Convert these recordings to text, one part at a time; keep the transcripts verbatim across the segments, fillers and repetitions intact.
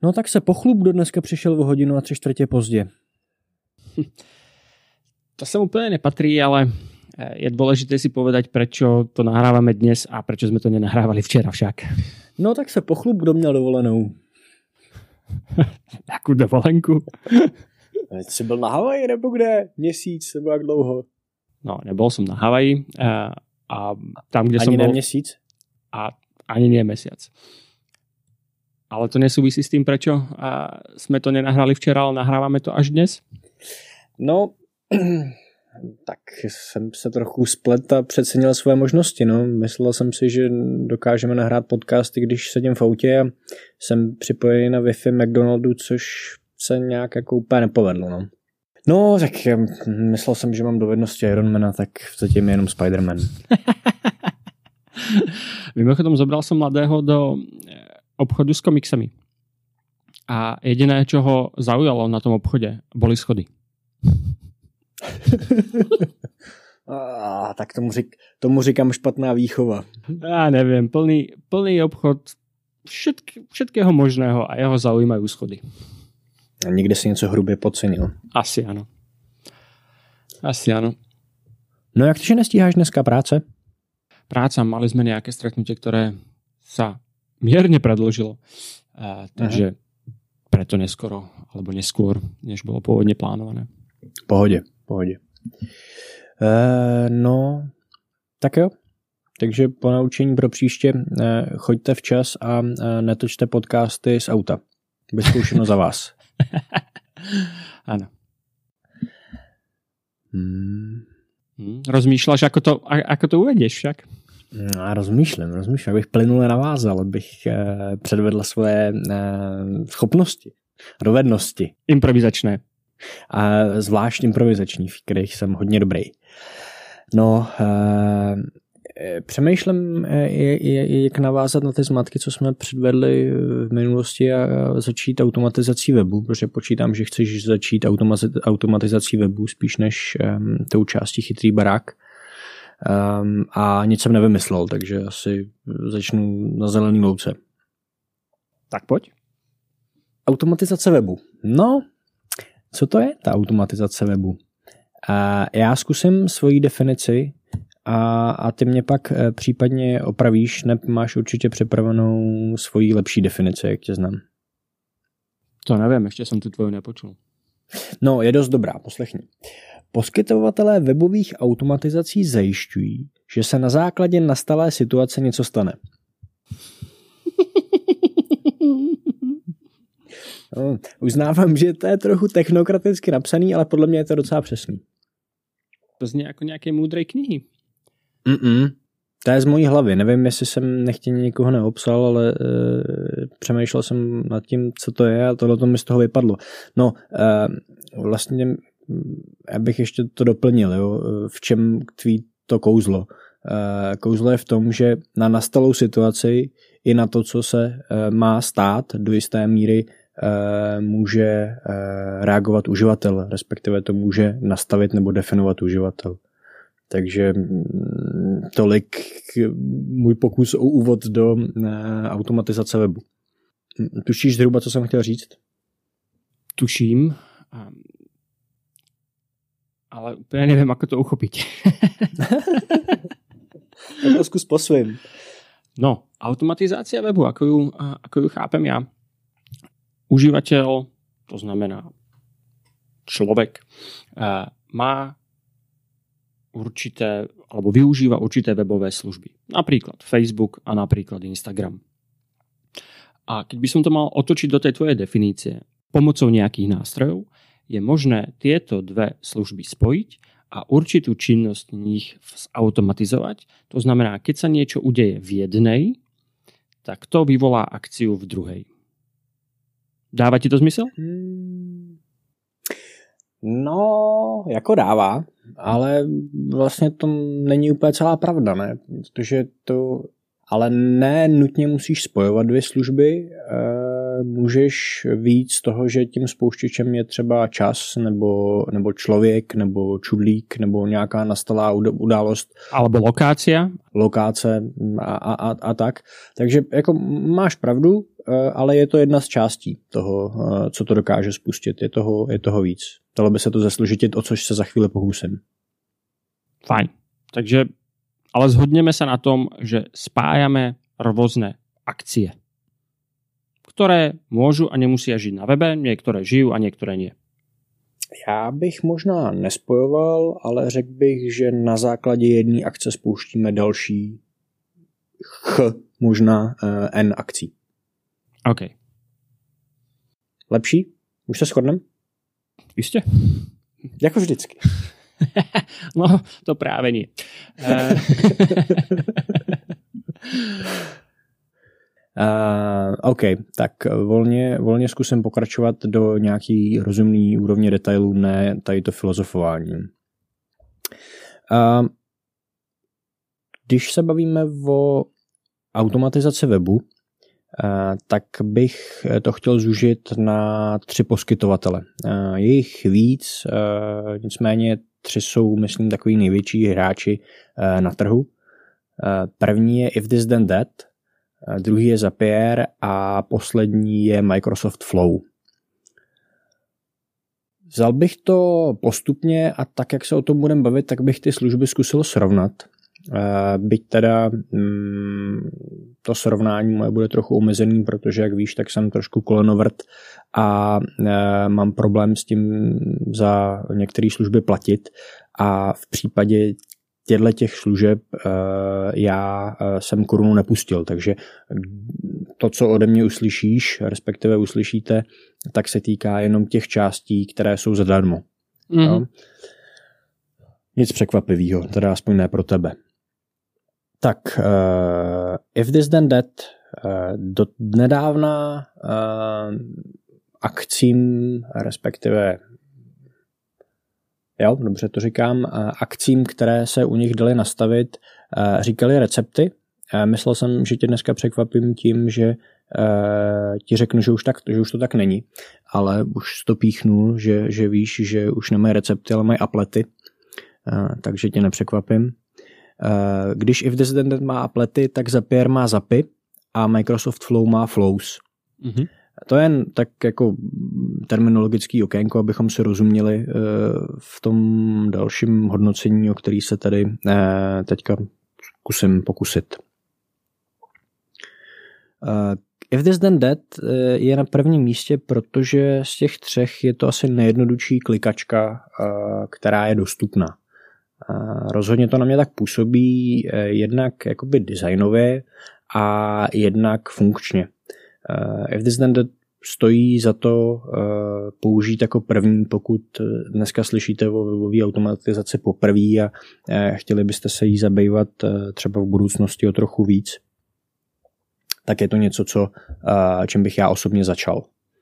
No tak se pochlup, kdo dneska přišel o hodinu a tři čtvrtě pozdě. To sa mu úplne nepatrí, ale je dôležité si povedať, prečo to nahrávame dnes a prečo sme to nenahrávali včera však. No tak se pochlup, kdo měl dovolenou. Jakú dovolenku? Jsi byl na Havaji nebo kde? Měsíc nebo jak dlouho? No, nebol som na Havaji a, a tam, kde ani som bol... Ani ne měsíc? A ani nie mesiac. Ale to nesúvisí s tým, prečo a sme to nenahrali včera, ale nahrávame to až dnes? No, tak jsem se trochu splet a přecenil své možnosti. No. Myslel jsem si, že dokážeme nahrát podcasty, když sedím v autě a jsem připojený na Wi-Fi McDonaldu, což se nějak jako úplně nepovedlo. No, no tak myslel jsem, že mám dovednosti Ironmana, tak zatím je jenom Spider-Man. Mimochodom, zobral som mladého do obchodu s komiksami. A jediné, čo ho zaujalo na tom obchode, boli schody. A, tak tomu, řík, tomu říkám špatná výchova. Ja neviem, plný, plný obchod všetky, všetkého možného a jeho zaujímajú schody. A někde si něco hrubě podcenil. Asi áno. Asi áno. No jak to, že nestíháš dneska práce? Práca, mali sme nejaké stretnutie, ktoré sa mierne predĺžilo. A, takže Aha. preto neskoro, alebo neskôr, než bolo pôvodne plánované. Pohodě, pohodě. E, no, tak jo. Takže po naučení pro příště e, choďte včas a e, netočte podcasty z auta. Vyzkoušeno za vás. Áno. Hmm. Hmm, rozmýšľaš, ako to, ako to uvedieš však? No, rozmýšlím, rozmýšlím, abych plynule navázal, abych e, předvedl svoje e, schopnosti, dovednosti. Improvizačné. A zvlášť improvizační, v kterých jsem hodně dobrý. No, e, přemýšlím, e, jak navázat na ty zmatky, co jsme předvedli v minulosti a začít automatizací webu, protože počítám, že chceš začít automatizací webu spíš než e, tou částí chytrý barák. Um, a nic jsem nevymyslel, takže asi začnu na zelený louce. Tak pojď. Automatizace webu. No, co to je ta automatizace webu? Uh, já zkusím svoji definici a, a ty mě pak uh, případně opravíš, nebo máš určitě připravenou svoji lepší definici, jak tě znám. To nevím, ještě jsem tu tvoju nepočul. No, je dost dobrá, poslechni. Poskytovatelé webových automatizací zajišťují, že se na základě nastalé situace něco stane. No, uznávám, že to je trochu technokraticky napsaný, ale podle mě je to docela přesný. To zní jako nějaké moudré knihy. Mm-mm. To je z mojí hlavy. Nevím, jestli jsem nechtěně nikoho neobsal, ale e, přemýšlel jsem nad tím, co to je a tohle to mi z toho vypadlo. No, e, vlastně abych ještě to doplnil, jo, v čem tkví to kouzlo. E, kouzlo je v tom, že na nastalou situaci i na to, co se e, má stát, do jisté míry e, může e, reagovat uživatel, respektive to může nastavit nebo definovat uživatel. Takže tolik můj pokus o úvod do automatizace webu. Tušíš zhruba, co jsem chtěl říct? Tuším, ale úplně nevím, ako to uchopiť. Tak to zkus po svým. No, automatizácia webu, ako ju, ako ju chápem ja. Užívateľ, to znamená človek, má určité, alebo využíva určité webové služby. Napríklad Facebook a napríklad Instagram. A keď by som to mal otočiť do tej tvojej definície, pomocou nejakých nástrojov je možné tieto dve služby spojiť a určitú činnosť nich zautomatizovať. To znamená, keď sa niečo udeje v jednej, tak to vyvolá akciu v druhej. Dáva ti to zmysel? No, jako dává, ale vlastně to není úplně celá pravda, ne? Protože to, ale ne nutně musíš spojovat dvě služby, můžeš víc z toho, že tím spouštěčem je třeba čas, nebo, nebo člověk, nebo čudlík, nebo nějaká nastalá událost. Alebo lokácia. Lokáce a, a, a tak. Takže jako máš pravdu, ale je to jedna z částí toho, co to dokáže spustit. Je toho, je toho víc. Dalo by se to zesložitit, o což se za chvíli pokusím. Fajn. Takže, ale zhodneme sa na tom, že spájame rôzne akcie, ktoré môžu a nemusia žiť na webe, niektoré žijú a niektoré nie. Já bych možná nespojoval, ale řekl bych, že na základě jedné akce spouštíme další ch, možná uh, n akcí. OK. Lepší? Už se shodneme? Jistě. Jako vždycky. No, to práve nie. Uh, OK, tak volně, volně zkusím pokračovat do nějaký rozumný úrovně detailů, ne tady to filozofování. Uh, když se bavíme o automatizaci webu, uh, tak bych to chtěl zúžit na tři poskytovatele. Uh, je jich víc, uh, nicméně tři jsou, myslím, takový největší hráči uh, na trhu. Uh, první je If This Then That, druhý je Zapier a poslední je Microsoft Flow. Vzal bych to postupně a tak, jak se o tom budeme bavit, tak bych ty služby zkusil srovnat. Byť teda mm, to srovnání moje bude trochu omezený, protože jak víš, tak jsem trošku kolenovrt a e, mám problém s tím za některé služby platit a v případě těchto těch služeb uh, já uh, jsem korunu nepustil, takže to, co ode mě uslyšíš, respektive uslyšíte, tak se týká jenom těch částí, které jsou zadarmo. Mm-hmm. No? Nic překvapivého, teda aspoň ne pro tebe. Tak, uh, If This Then That, uh, do nedávna uh, akcím, respektive jo, dobře to říkám, akcím, které se u nich daly nastavit, říkali recepty. Myslel jsem, že tě dneska překvapím tím, že ti řeknu, že už, tak, že už to tak není, ale už to píchnul, že, že víš, že už nemají recepty, ale mají aplety, takže tě nepřekvapím. Když If This Then That má aplety, tak Zapier má Zapy a Microsoft Flow má Flows. Mm-hmm. To je jen tak jako terminologický okénko, abychom si rozuměli v tom dalším hodnocení, o který se tady teďka zkusím pokusit. If This Then That je na prvním místě, protože z těch třech je to asi nejjednodušší klikačka, která je dostupná. Rozhodně to na mě tak působí jednak jakoby designově a jednak funkčně. If This Then That stojí za to uh, použít jako první, pokud dneska slyšíte o webové automatizaci poprvé a uh, chtěli byste se jí zabývat uh, třeba v budoucnosti o trochu víc, tak je to něco, co, uh, čím bych já osobně začal.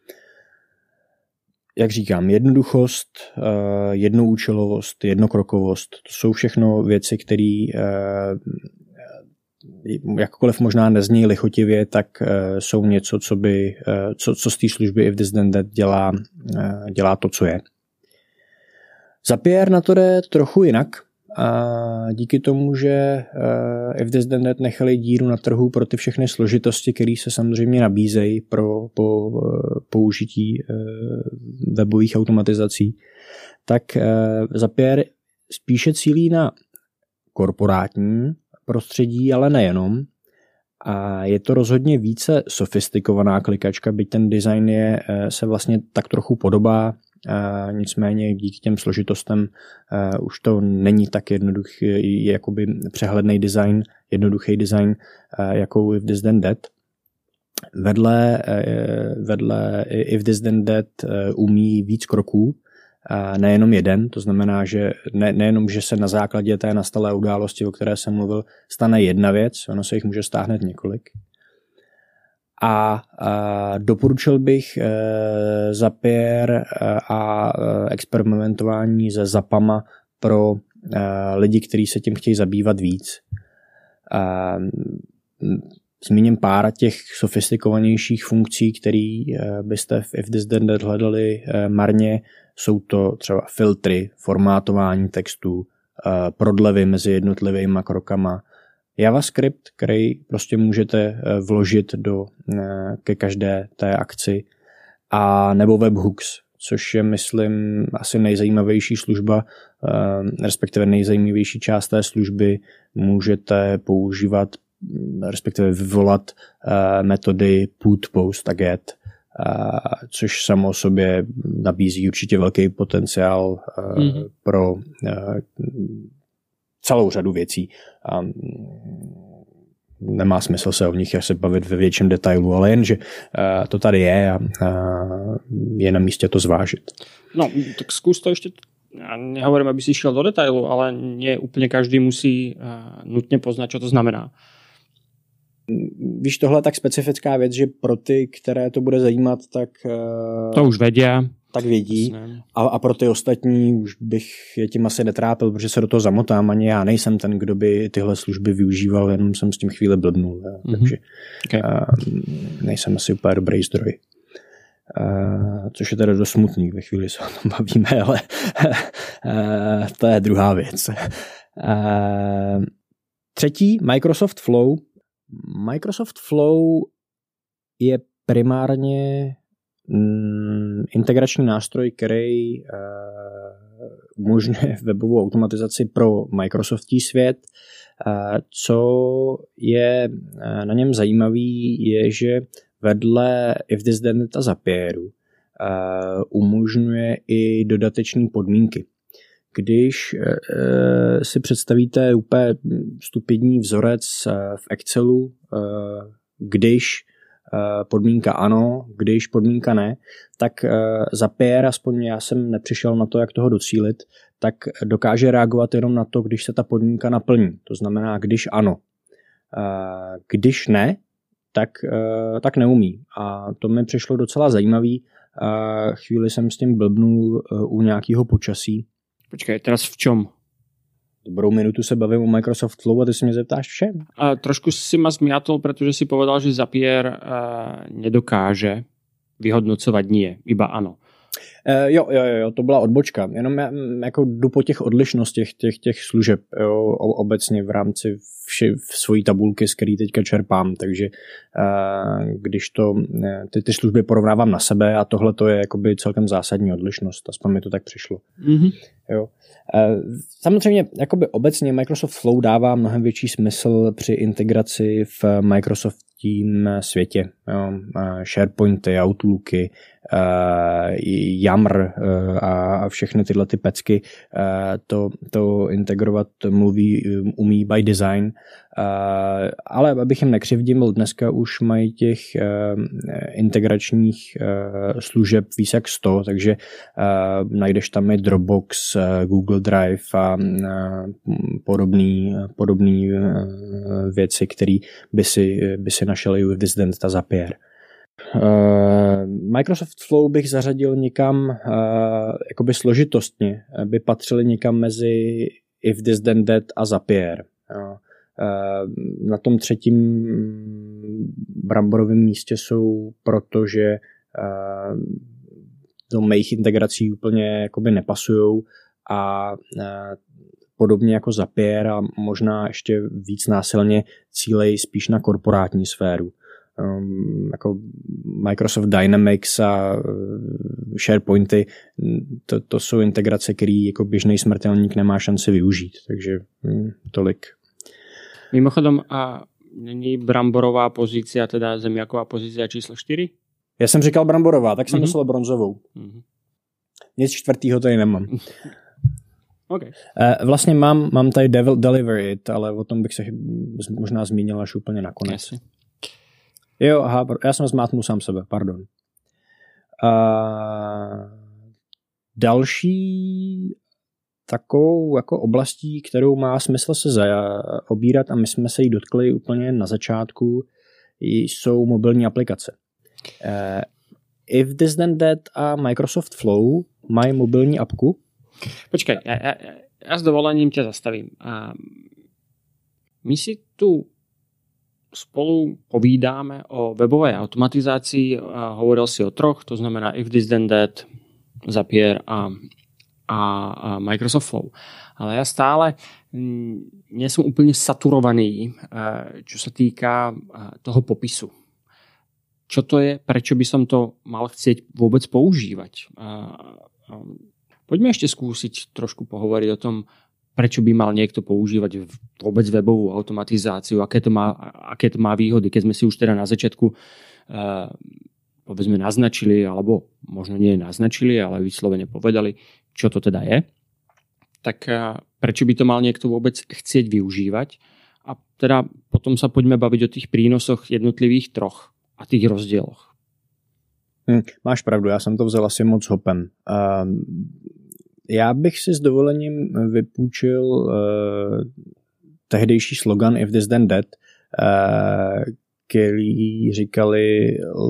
Jak říkám, jednoduchost, uh, jednoúčelovost, jednokrokovost, to jsou všechno věci, které uh, jakkoliv možná nezní lichotivě, tak uh, jsou něco, co by, uh, co, co z té služby If This Then That dělá, uh, dělá to, co je. Zapier na to jde trochu jinak a díky tomu, že uh, If This Then That nechali díru na trhu pro ty všechny složitosti, které se samozřejmě nabízejí pro po, uh, použití uh, webových automatizací, tak uh, Zapier spíše cílí na korporátní prostředí, ale nejenom. A je to rozhodně více sofistikovaná klikačka, byť ten design je, se vlastně tak trochu podobá, nicméně díky těm složitostem už to není tak jednoduchý, jakoby přehledný design, jednoduchý design, jako If This Then That. Vedle, vedle If This Then That umí víc kroků, nejenom jeden, to znamená, že ne, nejenom, že se na základě té nastalé události, o které jsem mluvil, stane jedna věc, ono se jich může stáhnout několik. A, a doporučil bych e, Zapier a e, experimentování se zapama pro e, lidi, kteří se tím chtějí zabývat víc. E, Zmíním pár těch sofistikovanějších funkcí, které byste v If This Then That hledali marně. Jsou to třeba filtry, formátování textů, prodlevy mezi jednotlivými krokama, JavaScript, který prostě můžete vložit do, ke každé té akci, a nebo webhooks, což je, myslím, asi nejzajímavější služba, respektive nejzajímavější část té služby. Můžete používat, respektive vyvolat metody put, post a get, což samo o sobě nabízí určitě velký potenciál mm-hmm. pro celou řadu věcí. Nemá smysl se o nich se bavit ve větším detailu, ale jen, že to tady je a je na místě to zvážit. No, tak zkus to ještě. Ja nehovorím, aby si šiel do detailu, ale nie úplne každý musí nutne poznať, čo to znamená. Víš, tohle je tak specifická věc, že pro ty, které to bude zajímat, tak to už vedia. Tak vědí. A, a pro ty ostatní už bych je tím asi netrápil, protože se do toho zamotám. Ani já nejsem ten, kdo by tyhle služby využíval, jenom jsem s tím chvíli blbnul. Mm-hmm. Takže okay. uh, nejsem asi úplně dobrý zdroj. Uh, což je teda dost smutný, ve chvíli se o tom bavíme, ale uh, to je druhá věc. Uh, třetí, Microsoft Flow. Microsoft Flow je primárně mm, integrační nástroj, který uh, umožňuje webovou automatizaci pro Microsoftí svět. Uh, co je uh, na něm zajímavý, je, že vedle If This Then That a Zapieru uh, umožňuje i dodatečné podmínky. Když uh, si představíte úplně stupidní vzorec uh, v Excelu, uh, když uh, podmínka ano, když podmínka ne, tak uh, Zapier, aspoň já jsem nepřišel na to, jak toho docílit, tak dokáže reagovat jenom na to, když se ta podmínka naplní. To znamená, když ano. Uh, když ne, tak, uh, tak neumí. A to mi přišlo docela zajímavý. Uh, chvíli jsem s tím blbnul uh, u nějakého počasí. Počkej, teraz v čom? Dobrou minutu se bavím o Microsoft Flow a ty se mě zeptáš v čem? A trošku si ma zmiatol, pretože si povedal, že Zapier uh, nedokáže vyhodnocovat nie, iba ano. Uh, jo, jo, jo, to byla odbočka. Jenom já jako jdu po těch odlišnostech těch, těch služeb jo, obecně v rámci vši, v svojí tabulky, z který teďka čerpám, takže uh, když to ty, ty služby porovnávám na sebe a tohle to je jakoby celkem zásadní odlišnost, aspoň mi to tak přišlo. Mm-hmm. Jo. Uh, samozřejmě jakoby obecně Microsoft Flow dává mnohem větší smysl při integraci v Microsoftím světě. Jo. Uh, SharePointy, Outlooky, uh, Yammer uh, a všechny tyhle ty pecky uh, to, to integrovat mluví, umí by design. Uh, ale abych jim nekřivdil, dneska už mají těch uh, integračních uh, služeb víc jak sto, takže uh, najdeš tam i Dropbox, uh, Google Drive a uh, podobný, podobný uh, věci, které by si, by si našel i v This Then That a Zapier. Uh, Microsoft Flow bych zařadil někam uh, jakoby složitostně, by patřili někam mezi If This Then That a Zapier. Uh, na tom třetím bramborovém místě jsou, protože uh, do mých integrací úplně jakoby nepasujou a uh, podobně jako Zapier a možná ještě víc násilně cílejí spíš na korporátní sféru. Um, jako Microsoft Dynamics a SharePointy, to, to jsou integrace, které jako běžný smrtelník nemá šanci využít, takže hm, tolik. Mimochodom, a není bramborová pozícia, teda zemiaková pozícia číslo čtyři? Já jsem říkal bramborová, tak jsem mm-hmm. myslel bronzovou. Mm-hmm. Nic čtvrtýho tady nemám. Okay. Vlastně mám, mám tady Devil Deliver It, ale o tom bych se možná zmínil až úplně nakonec. Jasně. Jo, aha, já jsem zmátnul sám sebe, pardon. Uh, další takovou jako oblastí, kterou má smysl se zaobírat a my jsme se jí dotkli úplně na začátku, jsou mobilní aplikace. Uh, If This Then That a Microsoft Flow mají mobilní apku? Počkej, ja, ja, ja s dovolením ťa zastavím. A my si tu spolu povídáme o webovej automatizácii. Hovoril si o troch, to znamená If This Then That, Zapier a, a, a Microsoft Flow. Ale ja stále nie som úplne saturovaný, čo sa týka toho popisu. Čo to je, prečo by som to mal chcieť vôbec používať. Poďme ešte skúsiť trošku pohovoriť o tom, prečo by mal niekto používať vôbec webovú automatizáciu, aké to má, aké to má výhody, keď sme si už teda na začiatku povedzme naznačili, alebo možno nie naznačili, ale vyslovene povedali, čo to teda je. Tak prečo by to mal niekto vôbec chcieť využívať? A teda potom sa poďme baviť o tých prínosoch jednotlivých troch a tých rozdieloch. Hmm, máš pravdu, já jsem to vzal asi moc hopem. Uh, já bych si s dovolením vypůjčil uh, tehdejší slogan If This Then That, uh, který říkali,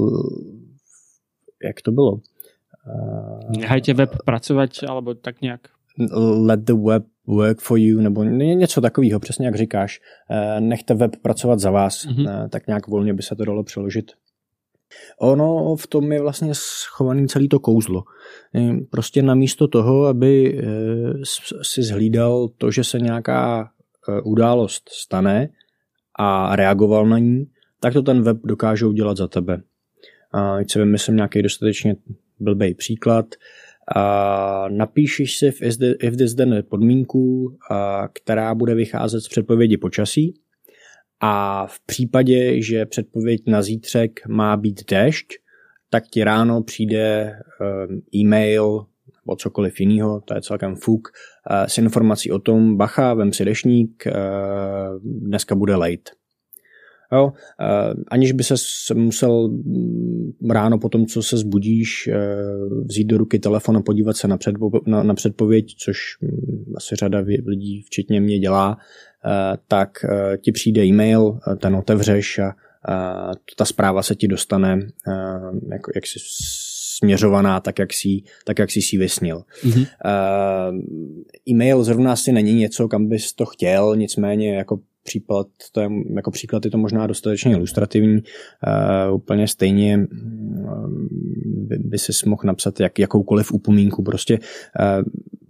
jak to bylo? Uh, Nechajte web pracovat, alebo tak nějak. Let the web work for you, nebo něco takového, přesně jak říkáš. Nechte web pracovat za vás. Mm-hmm. Tak nějak volně by se to dalo přeložit. Ono v tom je vlastně schovaný celý to kouzlo. Prostě namísto toho, aby si zhlídal to, že se nějaká událost stane a reagoval na ní, tak to ten web dokáže udělat za tebe. A teď si vymyslím nějaký dostatečně blbej příklad. A napíšeš si v If This Then podmínku, která bude vycházet z předpovědi počasí, a v případě, že předpověď na zítřek má být déšť, tak ti ráno přijde e-mail nebo cokoliv jiného, to je celkem fuk, s informací o tom, bacha, vem si deštník, dneska bude late. Jo, aniž by se musel ráno po tom, co se zbudíš, vzít do ruky telefon a podívat se na, předpo, na, na předpověď, což asi řada lidí, včetně mě, dělá, tak ti přijde e-mail, ten otevřeš a ta zpráva se ti dostane jako, jak jsi směřovaná, tak jak jsi, tak jak jsi si vysnil. Mm-hmm. E-mail zrovna asi není něco, kam bys to chtěl, nicméně jako příklad, to je, jako příklad je to možná dostatečně ilustrativní. Uh, úplně stejně uh, by, by si mohl napsat jak, jakoukoliv upomínku. Prostě uh,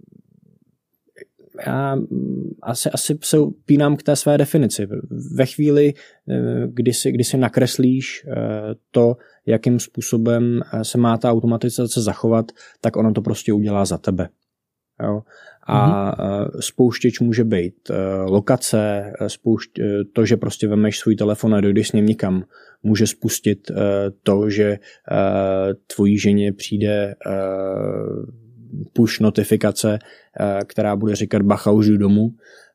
já asi, asi se upínám k té své definici. Ve chvíli, uh, kdy si, kdy si nakreslíš uh, to, jakým způsobem se má ta automatizace zachovat, tak ono to prostě udělá za tebe. Jo? A mm-hmm. spouštěč může být lokace, spoušť, to, že prostě vemeš svůj telefon a dojdeš s ním nikam. Může spustit to, že tvojí ženě přijde push notifikace, která bude říkat bacha, už jdu domů,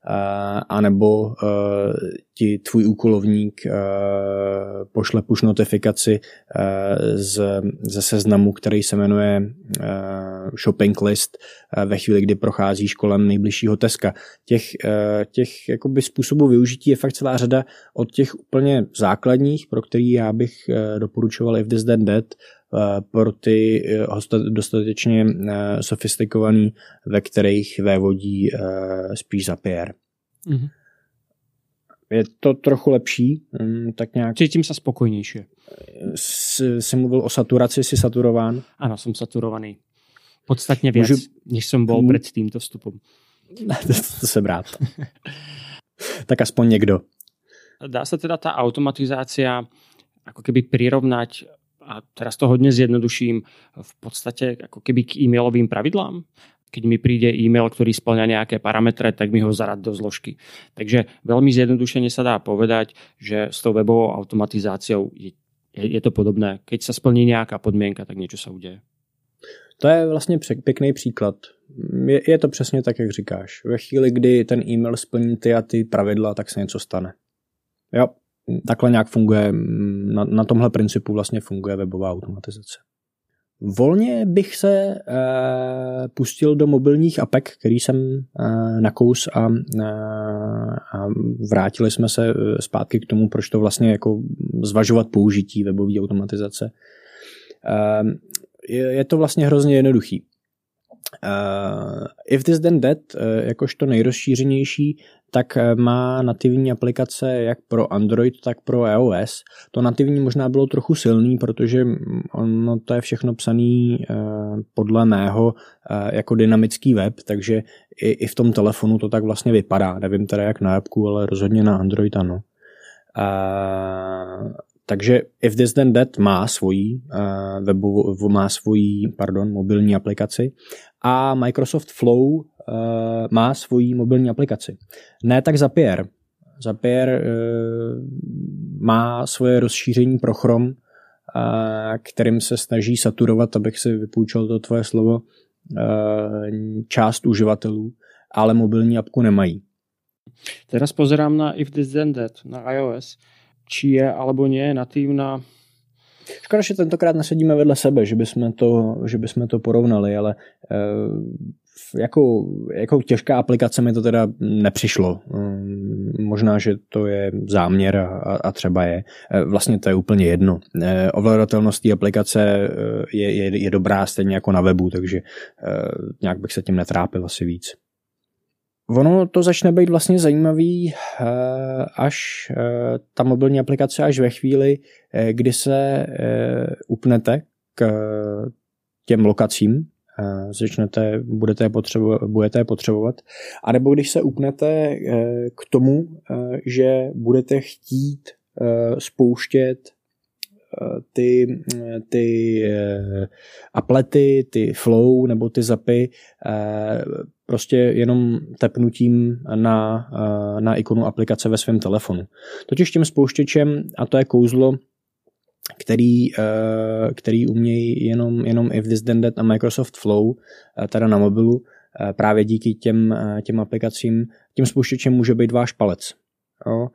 anebo ti tvůj úkolovník pošle push notifikaci z, ze seznamu, který se jmenuje shopping list ve chvíli, kdy procházíš kolem nejbližšího Teska. Těch, těch jakoby způsobů využití je fakt celá řada, od těch úplně základních, pro který já bych doporučoval If This Then That, pro ty dostatečně sofistikovaný, ve kterých vévodí spíš Zapier. Mm-hmm. Je to trochu lepší, tak nějak... Cítím se spokojnější. Jsi mluvil o saturaci, jsi saturován? Ano, jsem saturovaný. Podstatně víc, Můžu... než jsem byl před tímto vstupem. to, to jsem rád. Tak aspoň někdo. Dá se teda ta automatizácia ako keby prirovnať, a teraz to hodne zjednoduším, v podstate ako keby k e-mailovým pravidlám. Keď mi príde e-mail, ktorý spĺňa nejaké parametre, tak mi ho zarad do zložky. Takže veľmi zjednodušene sa dá povedať, že s tou webovou automatizáciou je, je to podobné. Keď sa splní nejaká podmienka, tak niečo sa udeje. To je vlastně pěkný příklad. Je, je to přesně tak, jak říkáš. Ve chvíli, kdy ten e-mail splní ty a ty pravidla, tak se něco stane. Jo, takhle nějak funguje, na, na tomhle principu vlastně funguje webová automatizace. Volně bych se e, pustil do mobilních apek, který jsem e, nakous a, e, a vrátili jsme se zpátky k tomu, proč to vlastně jako zvažovat použití webové automatizace. E, je, je to vlastně hrozně jednoduchý. Uh, If This Then That, uh, jakožto nejrozšířenější, tak má nativní aplikace jak pro Android, tak pro iOS. To nativní možná bylo trochu silný, protože ono to je všechno psaný uh, podle mého uh, jako dynamický web, takže i, i v tom telefonu to tak vlastně vypadá. Nevím teda jak na appku, ale rozhodně na Android ano. Uh, takže If This Then That má svoji uh, webovou, má svoji, pardon, mobilní aplikaci a Microsoft Flow uh, má svoji mobilní aplikaci. Ne tak Zapier. Zapier uh, má svoje rozšíření pro Chrome, uh, kterým se snaží saturovat, abych si vypůjčil to tvoje slovo, uh, část uživatelů, ale mobilní apku nemají. Teraz pozerám na If This Then That na iOS, či je alebo nie je natívna. Škoda, že tentokrát nesedíme vedle sebe, že bychom to, že bychom to porovnali, ale e, jako, jako těžká aplikace mi to teda nepřišlo. E, možná, že to je záměr a, a třeba je. E, vlastně to je úplně jedno. E, ovladatelnost té aplikace je, je, je dobrá stejně jako na webu, takže e, nějak bych se tím netrápil asi víc. Ono to začne být vlastně zajímavý až ta mobilní aplikace až ve chvíli, kdy se upnete k těm lokacím, začnete, budete je potřebovat, budete je potřebovat, anebo když se upnete k tomu, že budete chtít spouštět ty, ty aplety, ty flow nebo ty zapy prostě jenom tepnutím na, na ikonu aplikace ve svém telefonu. Totiž tím spouštěčem, a to je kouzlo, který, který umějí jenom, jenom If This Then That a Microsoft Flow, teda na mobilu, právě díky těm, těm aplikacím, tím spouštěčem může být váš palec. Jo?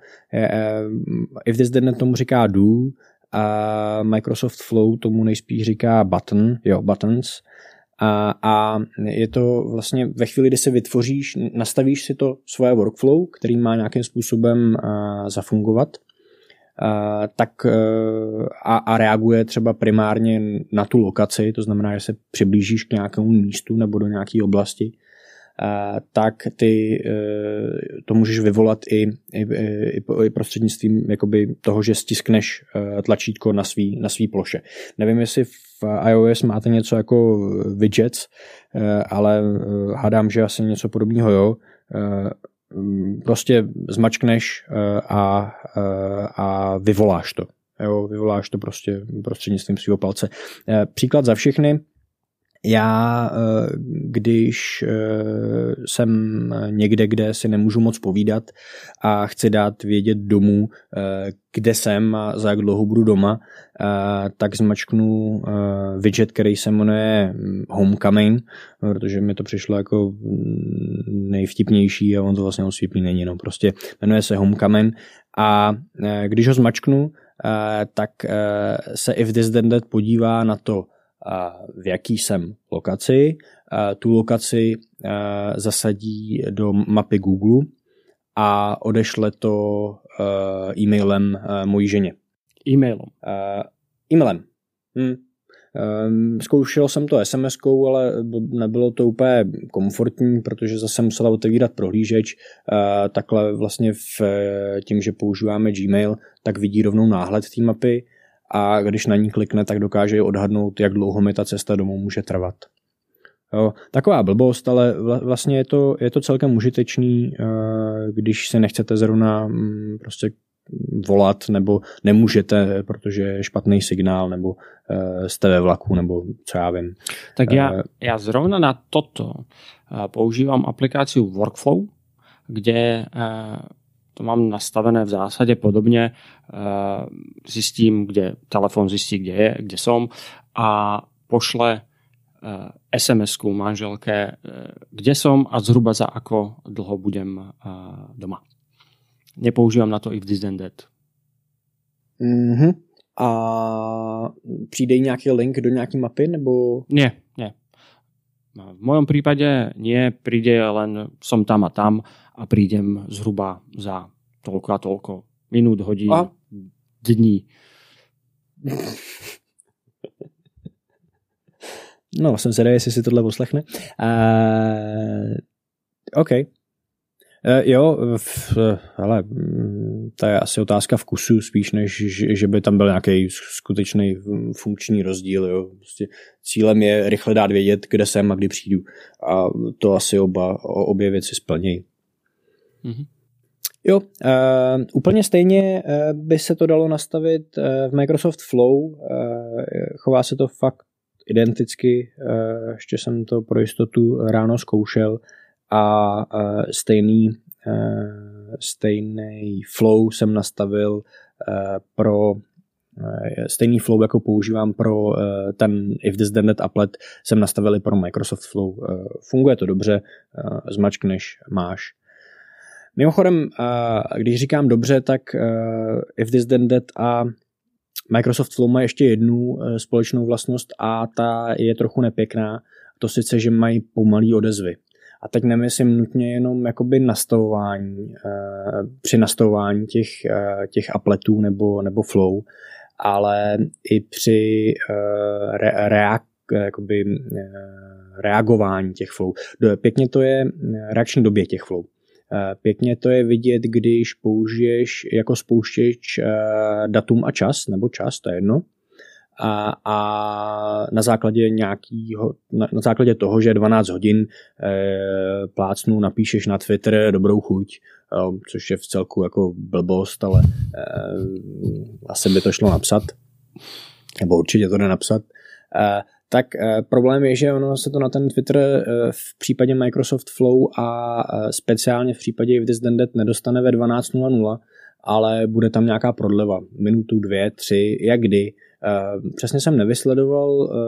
If This Then That tomu říká Do, a Microsoft Flow tomu nejspíš říká button, jo, buttons. A, a je to vlastně ve chvíli, kdy si vytvoříš, nastavíš si to svoje workflow, který má nějakým způsobem a, zafungovat, a, tak a, a reaguje třeba primárně na tu lokaci, to znamená, že se přiblížíš k nějakému místu nebo do nějaké oblasti, a, tak ty to můžeš vyvolat i, i, i prostřednictvím jakoby toho, že stiskneš tlačítko na svý, na svý ploše. Nevím, jestli v iOS máte něco jako widgets, ale hádám, že asi něco podobného, jo. Prostě zmačkneš a, a vyvoláš to. Jo, vyvoláš to prostě prostřednictvím svého palce. Příklad za všechny. Já, když jsem někde, kde si nemůžu moc povídat a chci dát vědět domů, kde jsem a za jak dlouho budu doma, tak zmačknu widget, který se jmenuje Homecoming, protože mi to přišlo jako nejvtipnější a on to vlastně osvípný není, no prostě jmenuje se Homecoming a když ho zmačknu, tak se If This Then That podívá na to, v jaký jsem lokaci. Tu lokaci zasadí do mapy Google a odešle to e-mailem mojí ženě. E-mailem? E-mailem. Hm. Zkoušel jsem to es em eskou, ale nebylo to úplně komfortní, protože zase musela otevírat prohlížeč. Takhle vlastně v tím, že používáme Gmail, tak vidí rovnou náhled té mapy a když na ní klikne, tak dokáže odhadnout, jak dlouho mi ta cesta domů může trvat. Jo, taková blbost, ale vlastně je to, je to celkem užitečný, když se nechcete zrovna prostě volat, nebo nemůžete, protože je špatný signál, nebo jste ve vlaku, nebo co já vím. Tak já, já zrovna na toto používám aplikaci Workflow, kde to mám nastavené v zásade podobně. Zjistím, kde telefon zjistí, kde je, kde som a pošle es em esku manželke, kde som a zhruba za ako dlho budem doma. Nepoužívám na to If This Then That. Mm-hmm. A přijde nějaký link do nějaký mapy, nebo? Nie, nie. V mojom prípade nie, príde len som tam a tam a prídem zhruba za toľko a toľko minút, hodín, a? dní. no, jsem zvědavý, jestli si tohle poslechne. Uh, OK. Uh, jo, v, hele, to je asi otázka vkusu spíš, než že, že by tam byl nějaký skutečný funkční rozdíl. Jo. Prostě cílem je rychle dát vědět, kde jsem a kdy přijdu. A to asi oba, obě věci splnějí. Mm-hmm. Jo, uh, úplně stejně uh, by se to dalo nastavit uh, v Microsoft Flow. Uh, chová se to fakt identicky. Uh, ještě jsem to pro jistotu ráno zkoušel a uh, stejný, uh, stejný flow jsem nastavil uh, pro uh, stejný flow, jako používám pro uh, ten If This Then That applet, jsem nastavil i pro Microsoft Flow. Uh, funguje to dobře, uh, zmačkneš, máš. Mimochodem, když říkám dobře, tak If This Then That a Microsoft Flow má ještě jednu společnou vlastnost a ta je trochu nepěkná. To sice, že mají pomalý odezvy. A teď nemyslím nutně jenom jakoby nastavování, při nastavování těch, těch appletů nebo, nebo flow, ale i při re, reak, jakoby, reagování těch flow. Pěkně to je reakční době těch flow. Pěkně to je vidět, když použiješ jako spouštěč datum a čas, nebo čas, to je jedno, a, a na základě nějakýho, na, na základě toho, že dvanáct hodin e, plácnu, napíšeš na Twitter dobrou chuť, e, což je v celku jako blbost, ale e, asi by to šlo napsat, nebo určitě to jde napsat. E, tak e, problém je, že ono se to na ten Twitter e, v případě Microsoft Flow a e, speciálně v případě If This Then That nedostane ve dvanáct nula nula, ale bude tam nějaká prodleva. Minutu, dvě, tři, jak kdy. E, přesně jsem nevysledoval, e,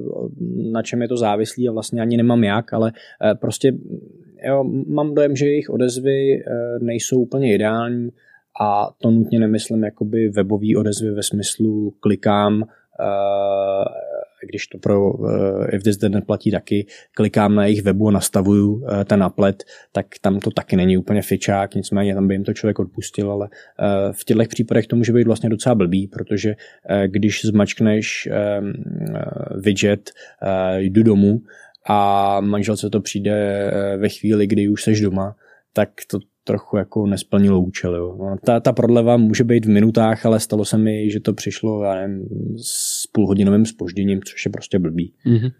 na čem je to závislý a vlastně ani nemám jak, ale e, prostě jo, mám dojem, že jejich odezvy e, nejsou úplně ideální a to nutně nemyslím jakoby webový odezvy ve smyslu klikám, Uh, když to pro uh, If This Then That platí taky, klikám na jejich webu a nastavuju uh, ten applet, tak tam to taky není úplně fičák, nicméně tam by jim to člověk odpustil, ale uh, v těchto případech to může být vlastně docela blbý, protože uh, když zmačkneš um, uh, widget uh, jdu domů a manželce to přijde uh, ve chvíli, kdy už seš doma, tak to trochu jako nesplnilo účel. Jo. Ta, ta prodleva může být v minutách, ale stalo se mi, že to přišlo já nevím, s půlhodinovým zpožděním, což je prostě blbý. Mm-hmm.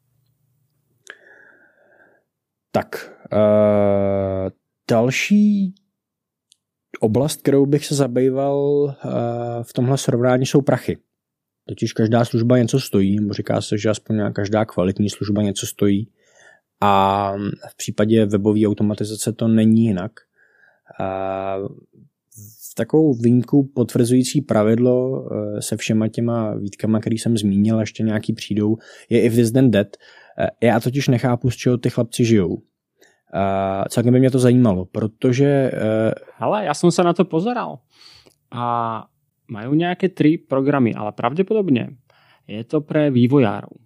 Tak, uh, další oblast, kterou bych se zabýval uh, v tomhle srovnání, jsou prachy. Totiž každá služba něco stojí, říká se, že aspoň každá kvalitní služba něco stojí. A v případě webové automatizace to není jinak. A takovou výjimku potvrzující pravidlo se všema těma výtkama, který jsem zmínil, ještě nějaký přijdou, je If This Then That. Já totiž nechápu, z čeho ty chlapci žijou. A celkem by mě to zajímalo, protože... Hele, já jsem se na to pozeral. A mají nějaké tři programy, ale pravděpodobně je to pre vývojárov.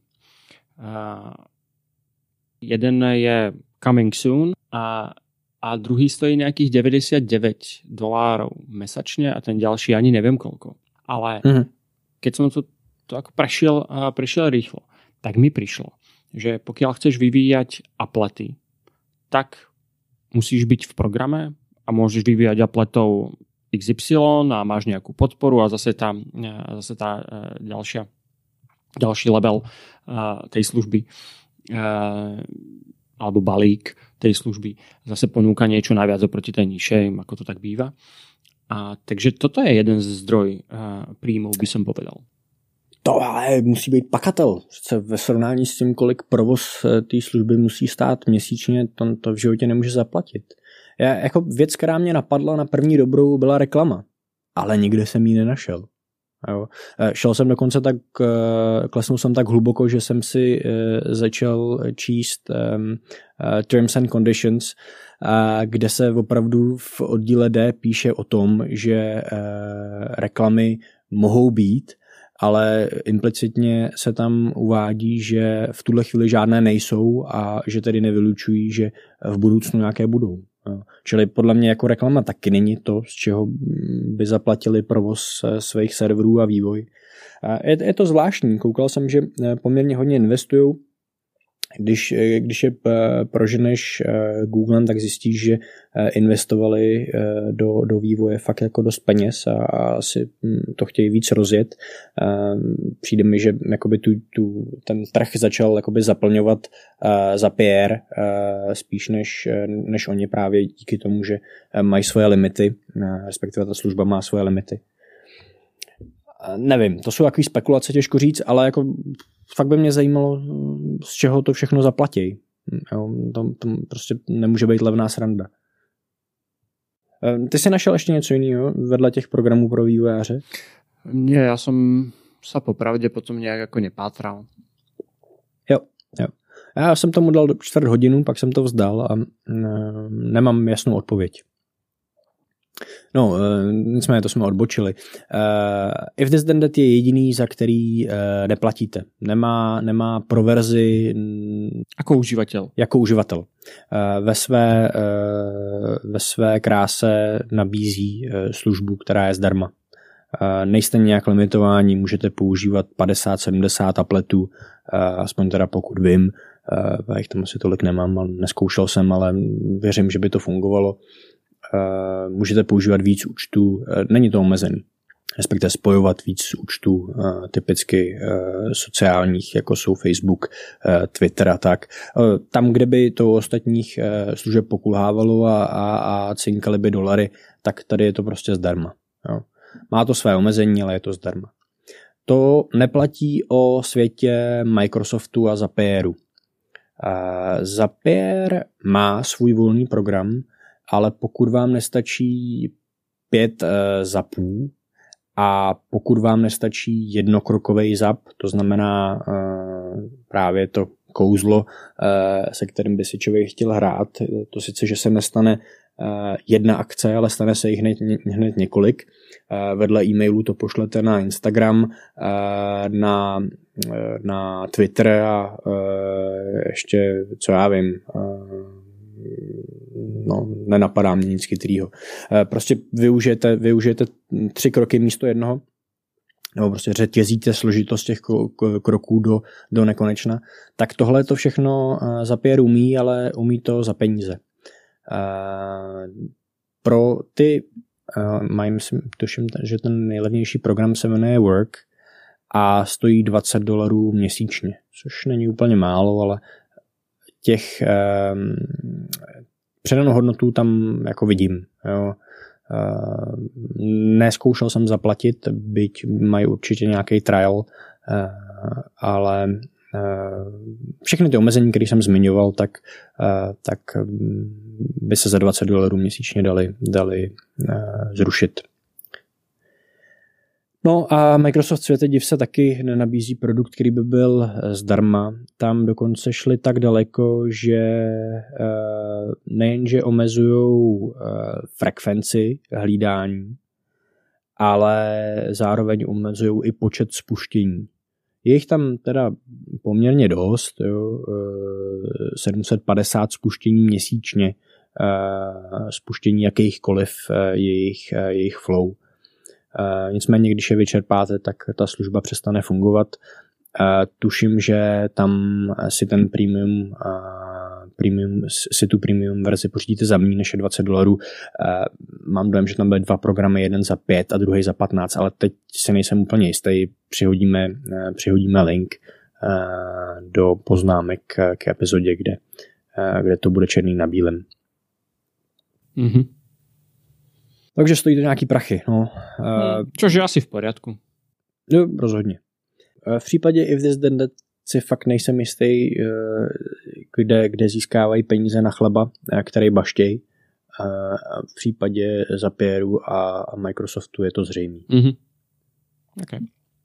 Jeden je Coming Soon a, a druhý stojí nějakých deväťdesiatdeväť dolárov mesačně a ten ďalší ani nevím kolko. Ale mm-hmm. keď som to, to ako prešiel, uh, prešiel rýchlo, tak mi prišlo, že pokiaľ chceš vyvíjať applety, tak musíš byť v programe a môžeš vyvíjať appletov iks ypsilon a máš nejakú podporu a zase tá, zase tá uh, ďalšia, ďalší level uh, tej služby Uh, alebo balík tej služby zase ponúka niečo naviac oproti tej nižšej, ako to tak býva. A, takže toto je jeden z zdroj uh, príjmov, by som povedal. To ale musí být pakatel. Přece ve srovnání s tím, kolik provoz té služby musí stát měsíčně, to, to v životě nemůže zaplatit. Já, jako věc, která mě napadla na první dobrou, byla reklama. Ale nikde jsem ji nenašel. Jo. Šel jsem dokonce tak, klesnul jsem tak hluboko, že jsem si začal číst um, Terms and Conditions, kde se opravdu v oddíle D píše o tom, že reklamy mohou být, ale implicitně se tam uvádí, že v tuhle chvíli žádné nejsou a že tedy nevylučují, že v budoucnu nějaké budou. Čili podle mě jako reklama taky není to, z čeho by zaplatili provoz svých serverů a vývoj. Je, je to zvláštní. Koukal jsem, že poměrně hodně investují Když, když je proženeš Googlem, tak zjistíš, že investovali do, do vývoje fakt jako dost peněz a asi to chtějí víc rozjet. Přijde mi, že jakoby tu, tu, ten trh začal jakoby zaplňovat za P R spíš než, než oni právě díky tomu, že mají svoje limity, respektive ta služba má svoje limity. Nevím, to jsou takový spekulace, těžko říct, ale jako fakt by mě zajímalo, z čeho to všechno zaplatí. Jo, to, to prostě nemůže být levná sranda. Ty jsi našel ještě něco jiného vedle těch programů pro vývojáře? Nie, já jsem sa popravdě potom nějak jako nepátral. Jo, jo. Já jsem tomu dal čtvrt hodinu, pak jsem to vzdal a nemám jasnou odpověď. No, nicméně to jsme odbočili. Uh, If This Then That je jediný, za který uh, neplatíte. Nemá, nemá pro verzi jako uživatel. Jako uživatel. Uh, ve, své, uh, ve své kráse nabízí uh, službu, která je zdarma. Uh, nejste nějak limitování, můžete používat padesát sedmdesát tabletů, uh, aspoň teda pokud vím. Uh, já jich tam asi tolik nemám, neskoušel jsem, ale věřím, že by to fungovalo. Uh, můžete používat víc účtů, uh, není to omezený, respektive spojovat víc účtů, uh, typicky uh, sociálních, jako jsou Facebook, uh, Twitter a tak. Uh, tam, kde by to ostatních uh, služeb pokulhávalo a, a, a cinkali by dolary, tak tady je to prostě zdarma. Jo. Má to své omezení, ale je to zdarma. To neplatí o světě Microsoftu a Zapieru. Uh, Zapier má svůj volný program, ale pokud vám nestačí pět uh, zapů a pokud vám nestačí jednokrokový zap, to znamená uh, právě to kouzlo, uh, se kterým by si člověk chtěl hrát, to sice, že se nestane uh, jedna akce, ale stane se jich hned, hned několik. Uh, vedle e-mailu to pošlete na Instagram, uh, na, uh, na Twitter a uh, ještě, co já vím, uh, no, nenapadá mě nic chytrýho. Prostě využijete, využijete tři kroky místo jednoho, nebo prostě řetězíte složitost těch kroků do, do nekonečna, tak tohle to všechno Zapier umí, ale umí to za peníze. Pro ty, mají, myslím, tuším, že ten nejlevnější program se jmenuje Work a stojí dvacet dolarů měsíčně, což není úplně málo, ale těch eh, předanou hodnotu tam jako vidím. Jo. Eh, neskoušel jsem zaplatit, byť mají určitě nějaký trial, eh, ale eh, všechny ty omezení, které jsem zmiňoval, tak, eh, tak by se za dvacet dolarů měsíčně dali, dali eh, zrušit. No a Microsoft, světe div se, taky nenabízí produkt, který by byl zdarma. Tam dokonce šli tak daleko, že nejenže omezují frekvenci hlídání, ale zároveň omezují i počet spuštění. Je jich tam teda poměrně dost, jo, sedm set padesát spuštění měsíčně, spuštění jakýchkoliv jejich, jejich flow. Uh, nicméně, když je vyčerpáte, tak ta služba přestane fungovat. Uh, tuším, že tam si ten premium, uh, premium si tu premium verzi pořídíte za méně než je dvacet dolarů. Uh, mám dojem, že tam byly dva programy, jeden za pět a druhý za patnáct, ale teď si nejsem úplně jistý. Přihodíme, uh, přihodíme link uh, do poznámek k epizodě, kde, uh, kde to bude černý na bílém. Mhm. Takže stojí to nějaký prachy. No. Hmm, což je asi v pořádku. Jo, rozhodně. V případě If This Then That si fakt nejsem jistý, kde, kde získávají peníze na chleba, který baštěj. V případě Zapieru a Microsoftu je to zřejmý. Mm-hmm. Okay.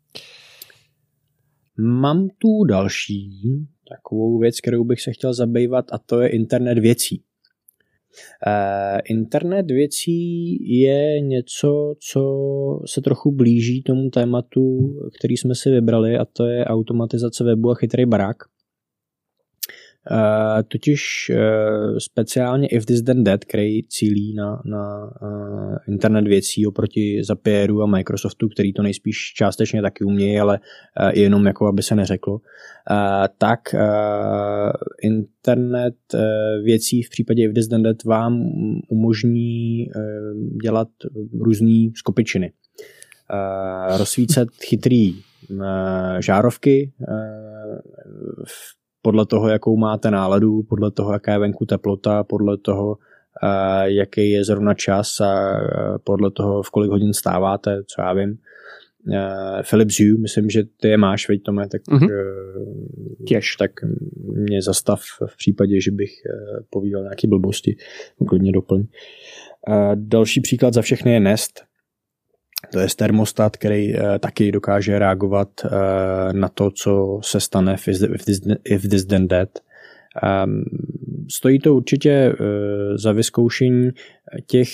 Mám tu další takovou věc, kterou bych se chtěl zabývat, a to je internet věcí. Uh, internet věcí je něco, co se trochu blíží tomu tématu, který jsme si vybrali, a to je automatizace webu a chytrý barák. Uh, totiž uh, speciálně If This Then That, který cílí na, na uh, internet věcí oproti Zapieru a Microsoftu, který to nejspíš částečně taky umějí, ale uh, jenom jako aby se neřeklo, uh, tak uh, internet uh, věcí v případě If This Then That vám umožní uh, dělat různý skopičiny. Uh, rozsvícet chytrý uh, žárovky uh, podle toho, jakou máte náladu, podle toho, jaká je venku teplota, podle toho, uh, jaký je zrovna čas a uh, podle toho, v kolik hodin stáváte, co já vím. Uh, Philips Hue, myslím, že ty je máš, veď Tome, tak, mm-hmm. uh, Těž. tak mě zastav v případě, že bych uh, povídal nějaký blbosti. Klidně doplň. Uh, další příklad za všechny je Nest. To je termostat, který uh, taky dokáže reagovat uh, na to, co se stane v If This, if this Then That. Um, stojí to určitě uh, za vyzkoušení těch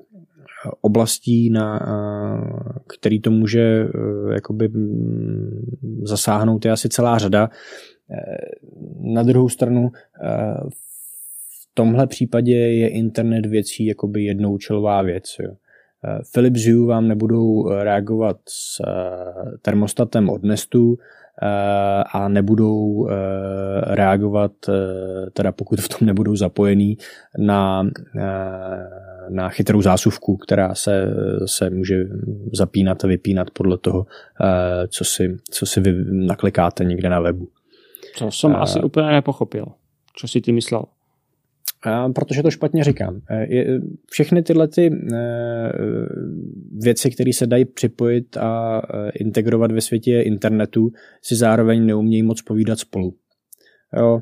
oblastí, na uh, který to může uh, jakoby zasáhnout, je asi celá řada. Uh, na druhou stranu uh, v tomhle případě je internet věcí jakoby jednoučelová věc, jo. Philips Hue vám nebudou reagovat s termostatem od Nestu a nebudou reagovat, teda pokud v tom nebudou zapojený, na, na chytrou zásuvku, která se, se může zapínat a vypínat podle toho, co si, co si vy naklikáte někde na webu. To jsem a... asi úplně nepochopil. Co si ty myslel? Protože to špatně říkám. Všechny tyhle ty věci, které se dají připojit a integrovat ve světě internetu, si zároveň neumějí moc povídat spolu. Jo,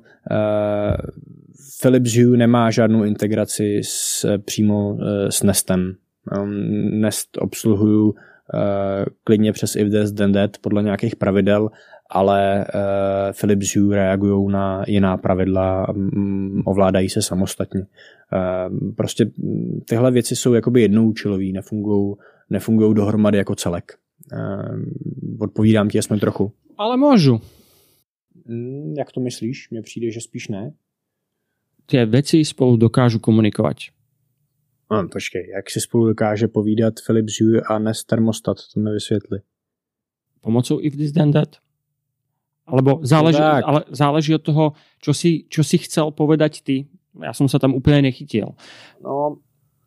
Philips Hue nemá žádnou integraci s, přímo s Nestem. Nest obsluhuju klidně přes If This Then That podle nějakých pravidel, ale uh, Philips Hue reagují na jiná pravidla, um, ovládají se samostatně. Uh, prostě tyhle věci jsou jakoby jednoúčelový, nefungujou nefungujou dohromady jako celek. Uh, odpovídám ti aspoň trochu. Ale můžu. Mm, jak to myslíš? Mně přijde, že spíš ne. Ty věci spolu dokážu komunikovat. No, počkej, jak si spolu dokáže povídat Philips Hue a Nest termostat? To mi vysvětli. Pomocou If This Then That? Alebo záleží, no ale záleží od toho, čo si, čo si chcel povedať ty. Ja som sa tam úplne nechytil. No,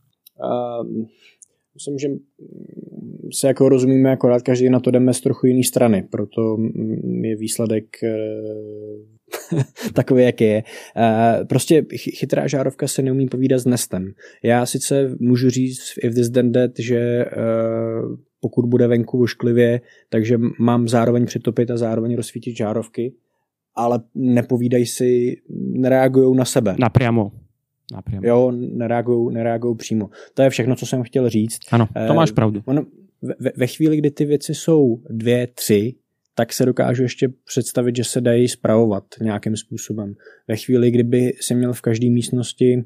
um, myslím, že se jako rozumíme, akorát každý na to jdeme z trochu jiný strany, proto je výsledek uh, takový, jaký je. Uh, prostě chytrá žárovka se neumí povídat s Nestem. Já sice můžu říct v If This Then That, že uh, pokud bude venku ošklivě, takže mám zároveň přitopit a zároveň rozsvítit žárovky, ale nepovídají si, nereagují na sebe. Napriamo. Napriamo. Jo, nereagují, nereagují přímo. To je všechno, co jsem chtěl říct. Ano, to máš pravdu. Ono, ve, ve chvíli, kdy ty věci jsou dvě, tři, tak se dokážu ještě představit, že se dají spravovat nějakým způsobem. Ve chvíli, kdyby se měl v každé místnosti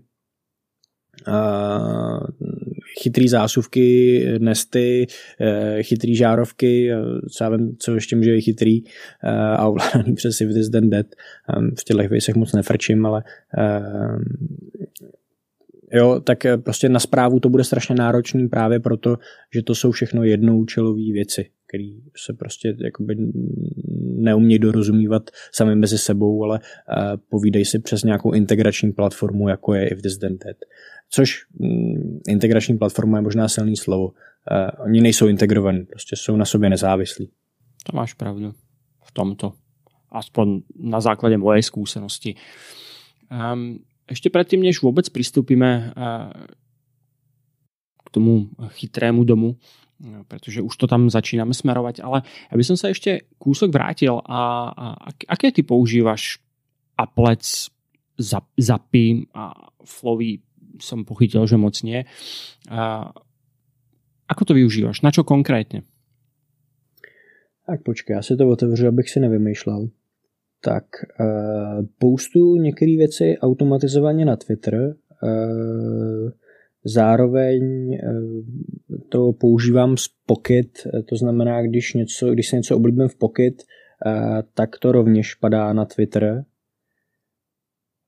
Uh, chytrý zásuvky, Nesty, uh, chytrý žárovky, co já vím, co ještě může být chytrý uh, a ovládaný přes If This Then That. Um, v těchto věcech moc nefrčím, ale uh, jo, tak prostě na správu to bude strašně náročný právě proto, že to jsou všechno jednoúčelové věci, které se prostě jakoby neumějí dorozumívat sami mezi sebou, ale uh, povídají si přes nějakou integrační platformu, jako je If This Then That. Což mm, integrační platforma je možná silný slovo. Uh, oni nejsou integrovaní, prostě jsou na sobě nezávislí. To máš pravdu v tomto. Aspoň na základě mojej skúsenosti. Um, ešte predtým, než vôbec pristúpime uh, k tomu chytrému domu, uh, pretože už to tam začíname smerovať, ale ja by som sa ešte kúsok vrátil a, a aké ty používaš Applec, Zapy a Flowy som pochytil, že moc nie. A ako to využívaš? Na čo konkrétne? Tak počkej, já si to otevřu, abych si nevymýšlel. Tak uh, poustu některé věci automatizovaně na Twitter. Uh, zároveň uh, to používám z Pocket, to znamená, když, něco, když se něco oblíbím v Pocket, uh, tak to rovněž padá na Twitter.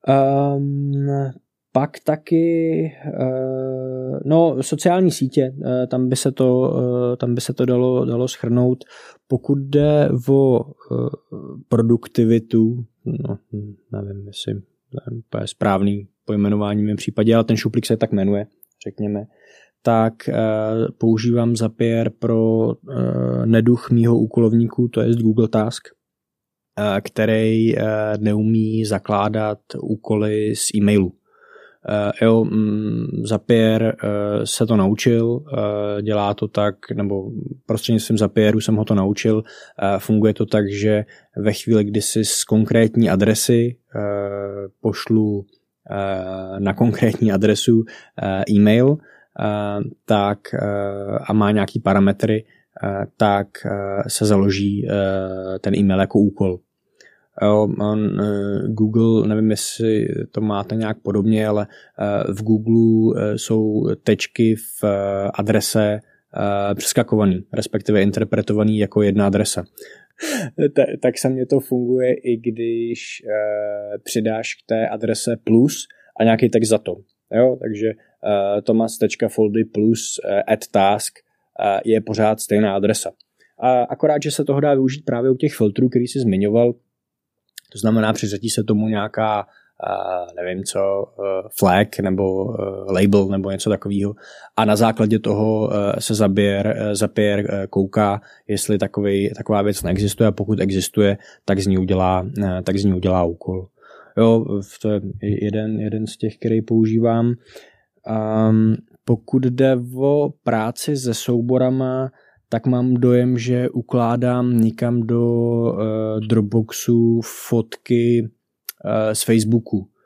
Um, pak taky, uh, no sociální sítě, uh, tam by se to, uh, tam by se to dalo, dalo shrnout. Pokud jde o uh, produktivitu, no, nevím, jestli to je správný pojmenování v mém případě, ale ten šuplík se tak jmenuje, řekněme, tak uh, používám Zapier pro uh, neduch mýho úkolovníku, to je Google Task, uh, který uh, neumí zakládat úkoly z e-mailu. Uh, jo, mm, Zapier uh, se to naučil, uh, dělá to tak, nebo prostřednictvím Zapieru jsem ho to naučil, uh, funguje to tak, že ve chvíli, kdy si z konkrétní adresy uh, pošlu uh, na konkrétní adresu uh, e-mail, uh, tak uh, a má nějaký parametry, uh, tak uh, se založí uh, ten e-mail jako úkol. Jo, on, Google, nevím, jestli to máte nějak podobně, ale v Google jsou tečky v adrese přeskakovaný, respektive interpretovaný jako jedna adresa. Tak se mně to funguje, i když přidáš k té adrese plus a nějaký text za to. Jo, takže thomas.foldy plus add task je pořád stejná adresa. A akorát, že se toho dá využít právě u těch filtrů, který jsi zmiňoval. To znamená, přiřadí se tomu nějaká, nevím co, flag nebo label nebo něco takového. A na základě toho se Zapier, Zapier kouká, jestli takový, taková věc neexistuje, a pokud existuje, tak z ní udělá, tak z ní udělá úkol. Jo, to je jeden, jeden z těch, který používám. Um, pokud jde o práci se souborama, tak mám dojem, že ukládám někam do uh, Dropboxu fotky uh, z Facebooku. Uh,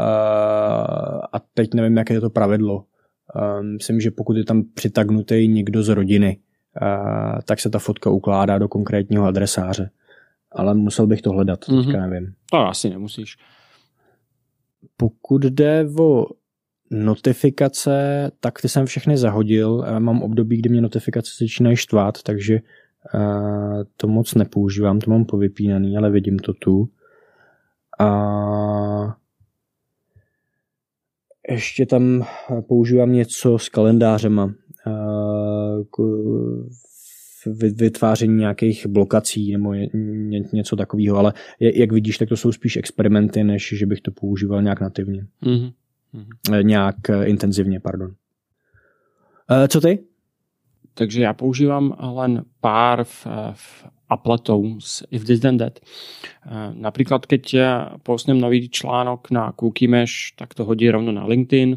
a teď nevím, jaké je to pravidlo. Uh, myslím, že pokud je tam přitagnutý někdo z rodiny, uh, tak se ta fotka ukládá do konkrétního adresáře. Ale musel bych to hledat, mm-hmm. teďka nevím. To asi nemusíš. Pokud jde o notifikace, tak ty jsem všechny zahodil. Mám období, kdy mě notifikace začínají štvát, takže uh, to moc nepoužívám, to mám povypínaný, ale vidím to tu. A ještě tam používám něco s kalendářema. Uh, vytváření nějakých blokací nebo něco takového, ale jak vidíš, tak to jsou spíš experimenty, než že bych to používal nějak nativně. Mm-hmm. Mm-hmm. Nějak intenzivně, pardon. E, co ty? Takže ja používam len pár v, v appletov z If This Then That. E, napríklad, keď ja postnem nový článok na Cookie Mesh, tak to hodí rovno na LinkedIn.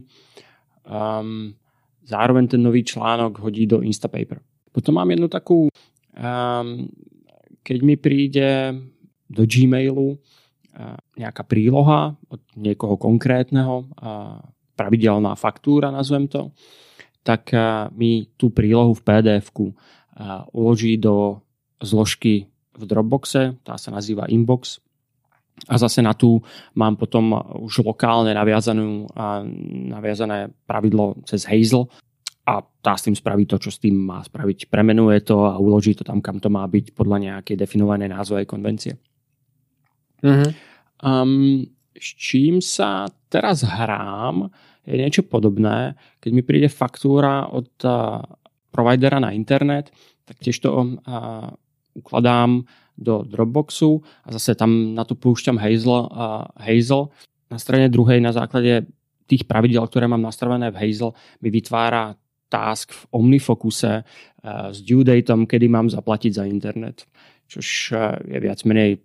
Um, zároveň ten nový článok hodí do Instapaper. Potom mám jednu takú, um, keď mi príde do Gmailu nejaká príloha od niekoho konkrétneho, pravidelná faktúra, nazvem to, tak mi tú prílohu v pé dé efku uloží do zložky v Dropboxe, tá sa nazýva Inbox. A zase na tú mám potom už lokálne naviazanú, naviazané pravidlo cez Hazel a tá s tým spraví to, čo s tým má spraviť. Premenuje to a uloží to tam, kam to má byť podľa nejakej definovanej názvovej konvencie. Mm-hmm. Um, s čím sa teraz hrám je niečo podobné. Keď mi príde faktúra od uh, providera na internet, tak tiež to uh, ukladám do Dropboxu a zase tam na to púšťam Hazel, uh, Hazel. Na strane druhej na základe tých pravidel, ktoré mám nastavené v Hazel, mi vytvára task v OmniFocuse uh, s due datom, kedy mám zaplatiť za internet. Čož uh, je viac menej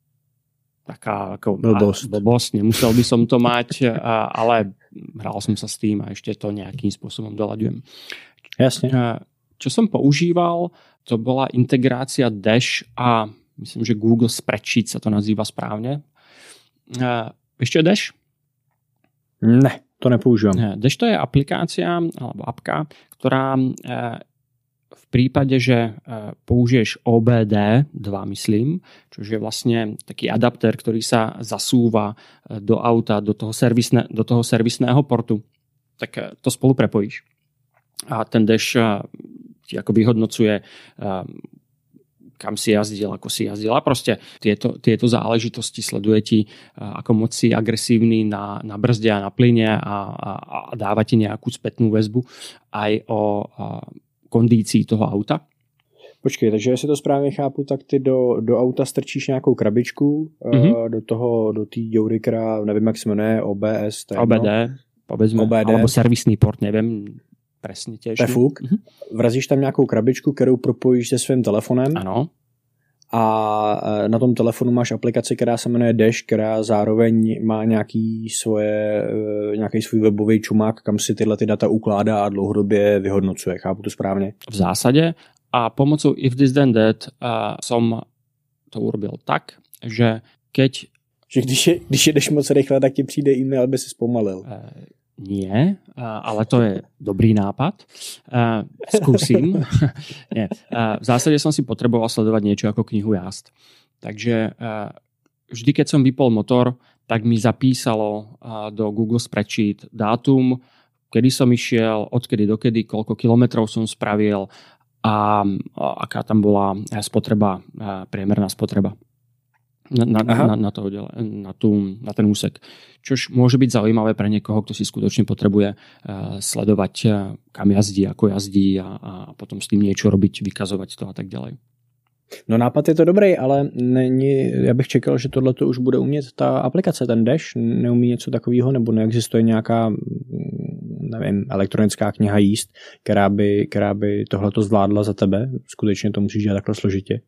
taká ako blbosť. blbosť, nemusel by som to mať, ale hral som sa s tým a ešte to nejakým spôsobom doľaďujem. Jasne. Čo som používal, to bola integrácia Dash a myslím, že Google Spreadsheet sa to nazýva správne. Ešte Dash? Ne, to nepoužívam. Dash to je aplikácia alebo apka, ktorá v prípade, že použiješ ó bé dé dva, myslím, čo je vlastne taký adaptér, ktorý sa zasúva do auta, do toho, servisne, do toho servisného portu, tak to spolu prepojíš. A ten Dash ti ako vyhodnocuje kam si jazdil, ako si jazdil. A proste tieto, tieto záležitosti sleduje ti, ako moc si agresívny na, na brzde a na plyne a, a, a dáva ti nejakú spätnú väzbu aj o a, kondícii toho auta. Počkej, takže jestli to správně chápu, tak ty do, do auta strčíš nějakou krabičku, mm-hmm. do toho, do té joury, která, nevím, jak se jmenuje, O B S. O B D, povedzme, O B D. Alebo servisný port, nevím presne tiež. To je fuk. Mm-hmm. Vrazíš tam nějakou krabičku, kterou propojíš se svým telefonem. Ano. A na tom telefonu máš aplikaci, která se jmenuje Dash, která zároveň má nějaký, svoje, nějaký svůj webový čumák, kam si tyhle ty data ukládá a dlouhodobě vyhodnocuje. Chápu to správně? V zásade. A pomocou If This Then That uh, som to urobil tak, že keď... Že když, je, když jedeš moc rychle, tak ti přijde e-mail, aby si zpomalil. Uh, nie, uh, ale to je dobrý nápad. Uh, skúsim. nie. Uh, v zásade som si potreboval sledovať niečo ako knihu jazd. Takže uh, vždy, keď som vypol motor, tak mi zapísalo uh, do Google Spreadsheet dátum, kedy som išiel, odkedy dokedy, koľko kilometrov som spravil a aká tam bola spotreba, priemerná spotreba na, na, na, na, to, na, tú, na ten úsek. Čož môže byť zaujímavé pre niekoho, kto si skutočne potrebuje sledovať, kam jazdí, ako jazdí a, a potom s tým niečo robiť, vykazovať to a tak ďalej. No nápad je to dobrý, ale není, já bych čekal, že tohle to už bude umět ta aplikace, ten Dash, neumí něco takového, nebo neexistuje nějaká, nevím, elektronická kniha jízd, která by, která by tohleto zvládla za tebe? Skutečně to musíš dělat takhle složitě?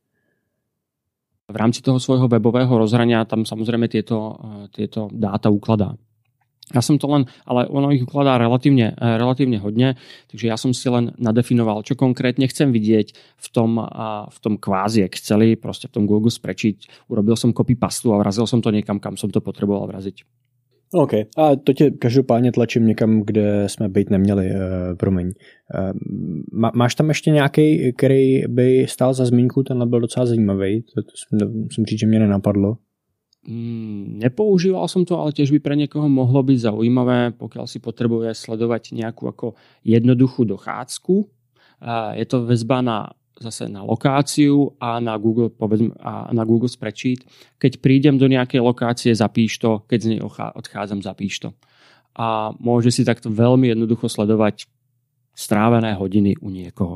V rámci toho svojho webového rozhrania tam samozrejme tieto, tieto dáta ukladá. Ja som to len, ale ono ich ukladá relatívne, relatívne hodne, takže ja som si len nadefinoval, čo konkrétne chcem vidieť v tom, v tom kvázi Exceli, proste v tom Google Spreadsheet. Urobil som copy-pastu a vrazil som to niekam, kam som to potreboval vraziť. OK. A to tě každopádně tlačím někam, kde jsme být neměli, uh, promiň. Uh, má, máš tam ještě nějaký, který by stál za zmínku, tenhle byl docela zajímavý, to, to musím říct, že mě nenapadlo. Mm, nepoužíval som to, ale tiež by pre niekoho mohlo byť zaujímavé, pokiaľ si potrebuje sledovať nejakú ako jednoduchú dochádzku. Uh, je to väzba na zase na lokáciu a na Google, povedzme, a na Google Spreadsheet. Keď prídem do nejakej lokácie, zapíš to, keď z nej odchádzam, zapíš to. A môže si takto veľmi jednoducho sledovať strávené hodiny u niekoho.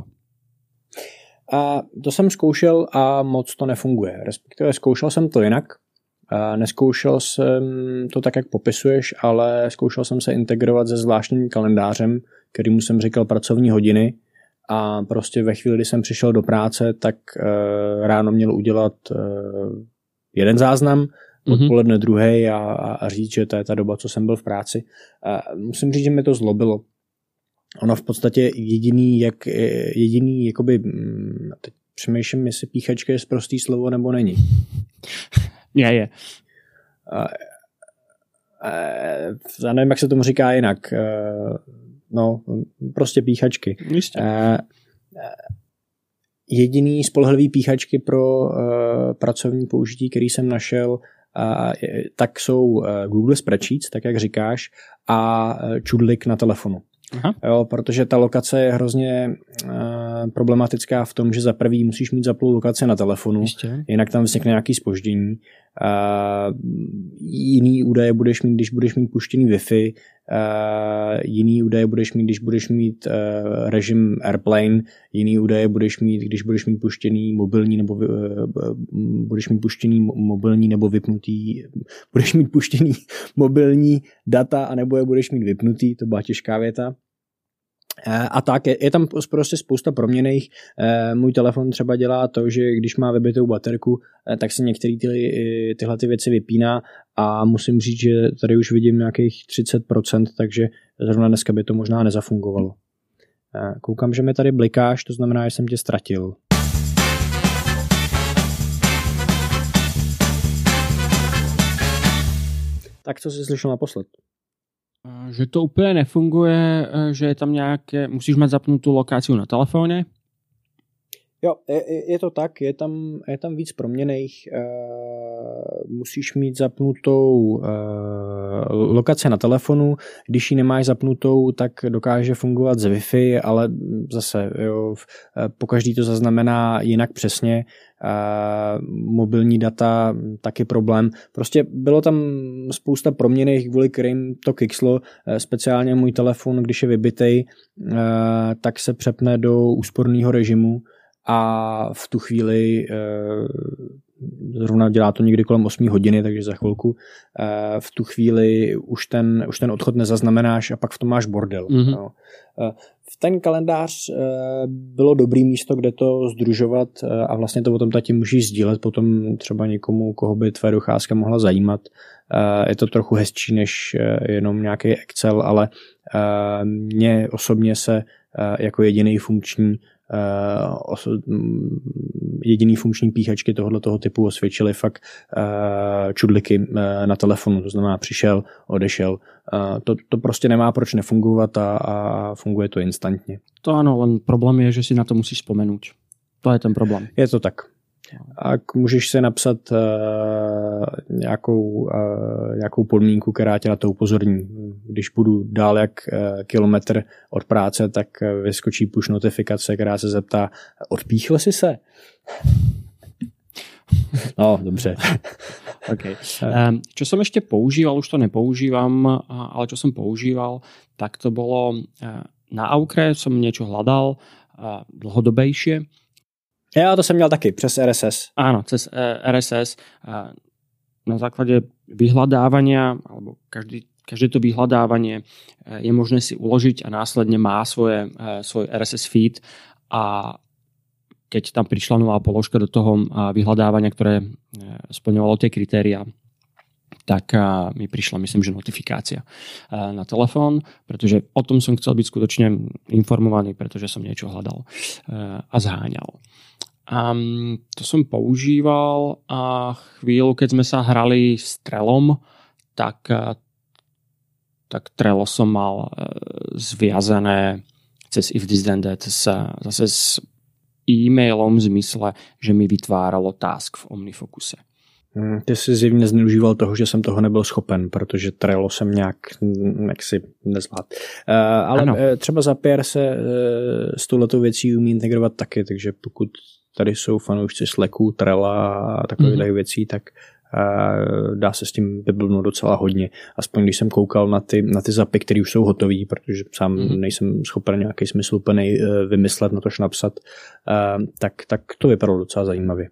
A to jsem zkoušel a moc to nefunguje. Respektive zkoušel jsem to jinak. A neskoušel jsem to tak, jak popisuješ, ale zkoušel jsem se integrovat se zvláštním kalendářem, kterýmu jsem říkal pracovní hodiny. A prostě ve chvíli, kdy jsem přišel do práce, tak uh, ráno měl udělat uh, jeden záznam, odpoledne mm-hmm. druhý a, a říct, že to je ta doba, co jsem byl v práci. Uh, musím říct, že mi to zlobilo. Ono v podstatě jediný, jak, jediný jakoby, teď přemýšlím, jestli píchačka je sprostý slovo, nebo není. Je, je. Uh, uh, já nevím, jak se tomu říká jinak. Uh, No, prostě píchačky. Uh, jediný spolehlivý píchačky pro uh, pracovní použití, který jsem našel, uh, tak jsou uh, Google Spreadsheets, tak jak říkáš, a uh, čudlik na telefonu. Aha. Jo, protože ta lokace je hrozně uh, problematická v tom, že za prvý musíš mít zaplou lokaci na telefonu, Ještě. jinak tam vznikne nějaký zpoždění. Uh, jiný údaje budeš mít, když budeš mít puštěný Wi-Fi, uh, jiný údaje budeš mít, když budeš mít uh, režim Airplane, jiný údaje budeš mít, když budeš mít puštěný mobilní nebo uh, budeš mít puštěný mobilní nebo vypnutý, budeš mít puštěný mobilní data a nebo je budeš mít vypnutý, to byla těžká věta. A tak, je, je tam prostě spousta proměnných. Můj telefon třeba dělá to, že když má vybitou baterku, tak se některé ty, tyhle ty věci vypíná a musím říct, že tady už vidím nějakých třicet procent, takže zrovna dneska by to možná nezafungovalo. Koukám, že mi tady blikáš, to znamená, že jsem tě ztratil. Tak co jsi slyšel naposled? Že to úplně nefunguje, že je tam nějaké, musíš mít zapnutou lokáciu na telefóne? Jo, je, je to tak, je tam, je tam víc proměnných. E, musíš mít zapnutou e, lokaci na telefonu, když ji nemáš zapnutou, tak dokáže fungovat z Wi-Fi, ale zase jo, pokaždý to zaznamená jinak přesně. Uh, mobilní data taky problém. Prostě bylo tam spousta proměnných, kvůli kterým to kikslo. Speciálně můj telefon, když je vybitej, uh, tak se přepne do úsporného režimu a v tu chvíli uh, zrovna dělá to někdy kolem osm hodiny, takže za chvilku uh, v tu chvíli už ten, už ten odchod nezaznamenáš a pak v tom máš bordel. Mm-hmm. No. Uh, v ten kalendář uh, bylo dobrý místo, kde to združovat uh, a vlastně to potom taky můžeš sdílet potom třeba někomu, koho by tvoje docházka mohla zajímat. Uh, je to trochu hezčí než uh, jenom nějaký Excel, ale uh, mně osobně se uh, jako jediný funkční Uh, oso- jediný funkční píchačky tohoto typu osvědčily fakt uh, čudliky uh, na telefonu, to znamená přišel, odešel. Uh, to, to prostě nemá proč nefungovat a, a funguje to instantně. To ano, len problém je, že si na to musíš vzpomenout. To je ten problém. Je to tak. A můžeš si napsat uh, nějakou, uh, nějakou podmínku, která tě na to upozorní. Když budu dál jak uh, kilometr od práce, tak uh, vyskočí push notifikace, která se zeptá, odpíchl jsi se? No, dobře. Okay. Um, čo som ešte používal, už to nepoužívam, ale čo som používal, tak to bolo uh, na Aukre, som niečo hľadal uh, dlhodobejšie. Já to jsem měl taky přes R S S. Áno, cez R S S. Na základe vyhľadávania, alebo každý, každé to vyhľadávanie je možné si uložiť a následne má svoje, svoj R S S feed a keď tam prišla nová položka do toho vyhľadávania, ktoré splňovalo tie kritériá, tak mi prišla, myslím, že notifikácia na telefón, pretože o tom som chcel byť skutočne informovaný, pretože som niečo hľadal a zháňal. Um, to som používal a chvíľu, keď sme sa hrali s Trellom, tak, tak Trello som mal zviazané cez if this then that zase s e-mailom v zmysle, že mi vytváralo task v Omnifocuse. Ty jsi zjevně zneužíval toho, že jsem toho nebyl schopen, protože Trello jsem nějak jaksi nezvlád. Uh, ale ano. Třeba Zapier se uh, s touhletou věcí umí integrovat taky, takže pokud tady jsou fanoušci Slacku, Trella a takových mm-hmm. věcí, tak uh, dá se s tím vyblbnout docela hodně. Aspoň když jsem koukal na ty, na ty zapy, které už jsou hotový, protože sám mm-hmm. nejsem schopen nějaký smysluplný uh, vymyslet, na tož napsat, uh, tak, tak to vypadalo docela zajímavě.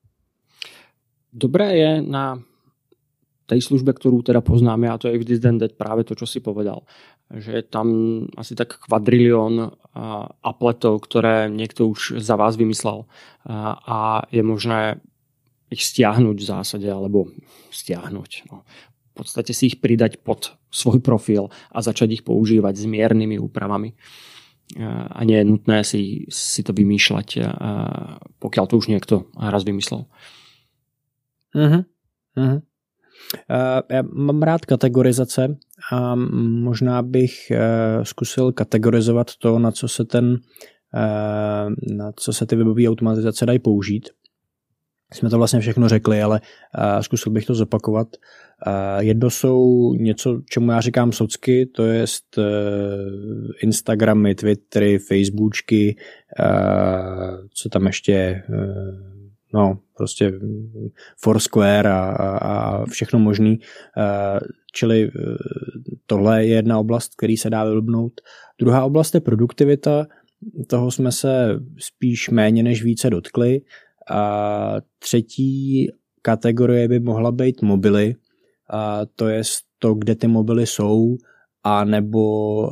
Dobré je na tej službe, ktorú teda poznáme, a to je If This Then That, práve to, čo si povedal. Že je tam asi tak kvadrilión appletov, ktoré niekto už za vás vymyslel a je možné ich stiahnuť v zásade, alebo stiahnuť. No. V podstate si ich pridať pod svoj profil a začať ich používať s miernymi úpravami. A nie je nutné si, si to vymýšľať, pokiaľ to už niekto raz vymyslel. Uh-huh. Uh-huh. Uh, já mám rád kategorizace a možná bych uh, zkusil kategorizovat to, na co se ten uh, na co se ty webové automatizace dají použít. Jsme to vlastně všechno řekli, ale uh, zkusil bych to zopakovat. Uh, jedno jsou něco, čemu já říkám socky, to je uh, Instagramy, Twittery, Faceboočky, uh, co tam ještě uh, no, prostě Foursquare a, a, a všechno možný. Čili tohle je jedna oblast, který se dá vylbnout. Druhá oblast je produktivita. Toho jsme se spíš méně než více dotkli. A třetí kategorie by mohla být mobily. A to je to, kde ty mobily jsou, a nebo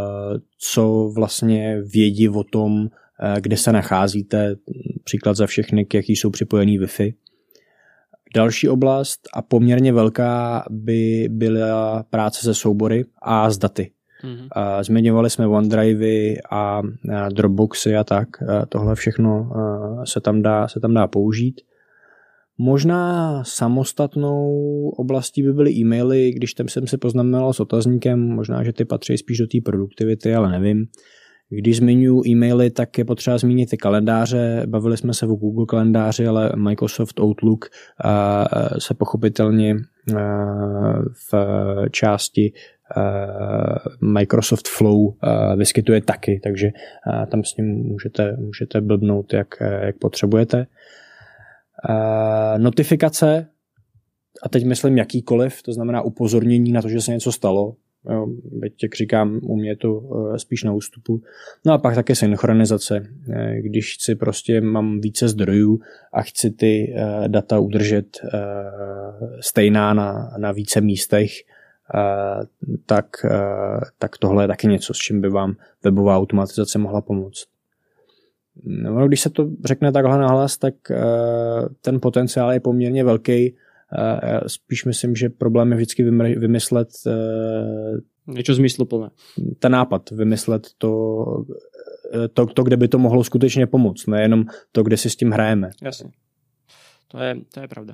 co vlastně vědí o tom, kde se nacházíte, příklad za všechny, k jaký jsou připojený Wi-Fi. Další oblast a poměrně velká by byla práce se soubory a s daty. Mm-hmm. Zmiňovali jsme OneDrivey a Dropboxy a tak. Tohle všechno se tam dá, se tam dá použít. Možná samostatnou oblastí by byly e-maily, když tam jsem se poznamenal s otazníkem, možná, že ty patří spíš do té produktivity, ale nevím. Když zmiňuji e-maily, tak je potřeba zmínit i kalendáře. Bavili jsme se o Google kalendáři, ale Microsoft Outlook se pochopitelně v části Microsoft Flow vyskytuje taky, takže tam s ním můžete, můžete blbnout, jak, jak potřebujete. Notifikace, a teď myslím jakýkoliv, to znamená upozornění na to, že se něco stalo. Jo, teď, jak říkám, u mě je to spíš na ústupu. No a pak také synchronizace. Když chci prostě, mám více zdrojů a chci ty data udržet stejná na, na více místech, tak, tak tohle je taky něco, s čím by vám webová automatizace mohla pomoct. No, když se to řekne takhle nahlas, tak ten potenciál je poměrně velký. Spíš myslím, že problém je vždycky vymyslet něco zmysluplné. Ten nápad, vymyslet to, to, to, kde by to mohlo skutečně pomoct, nejenom to, kde si s tím hrajeme. Jasně. To je, to je pravda.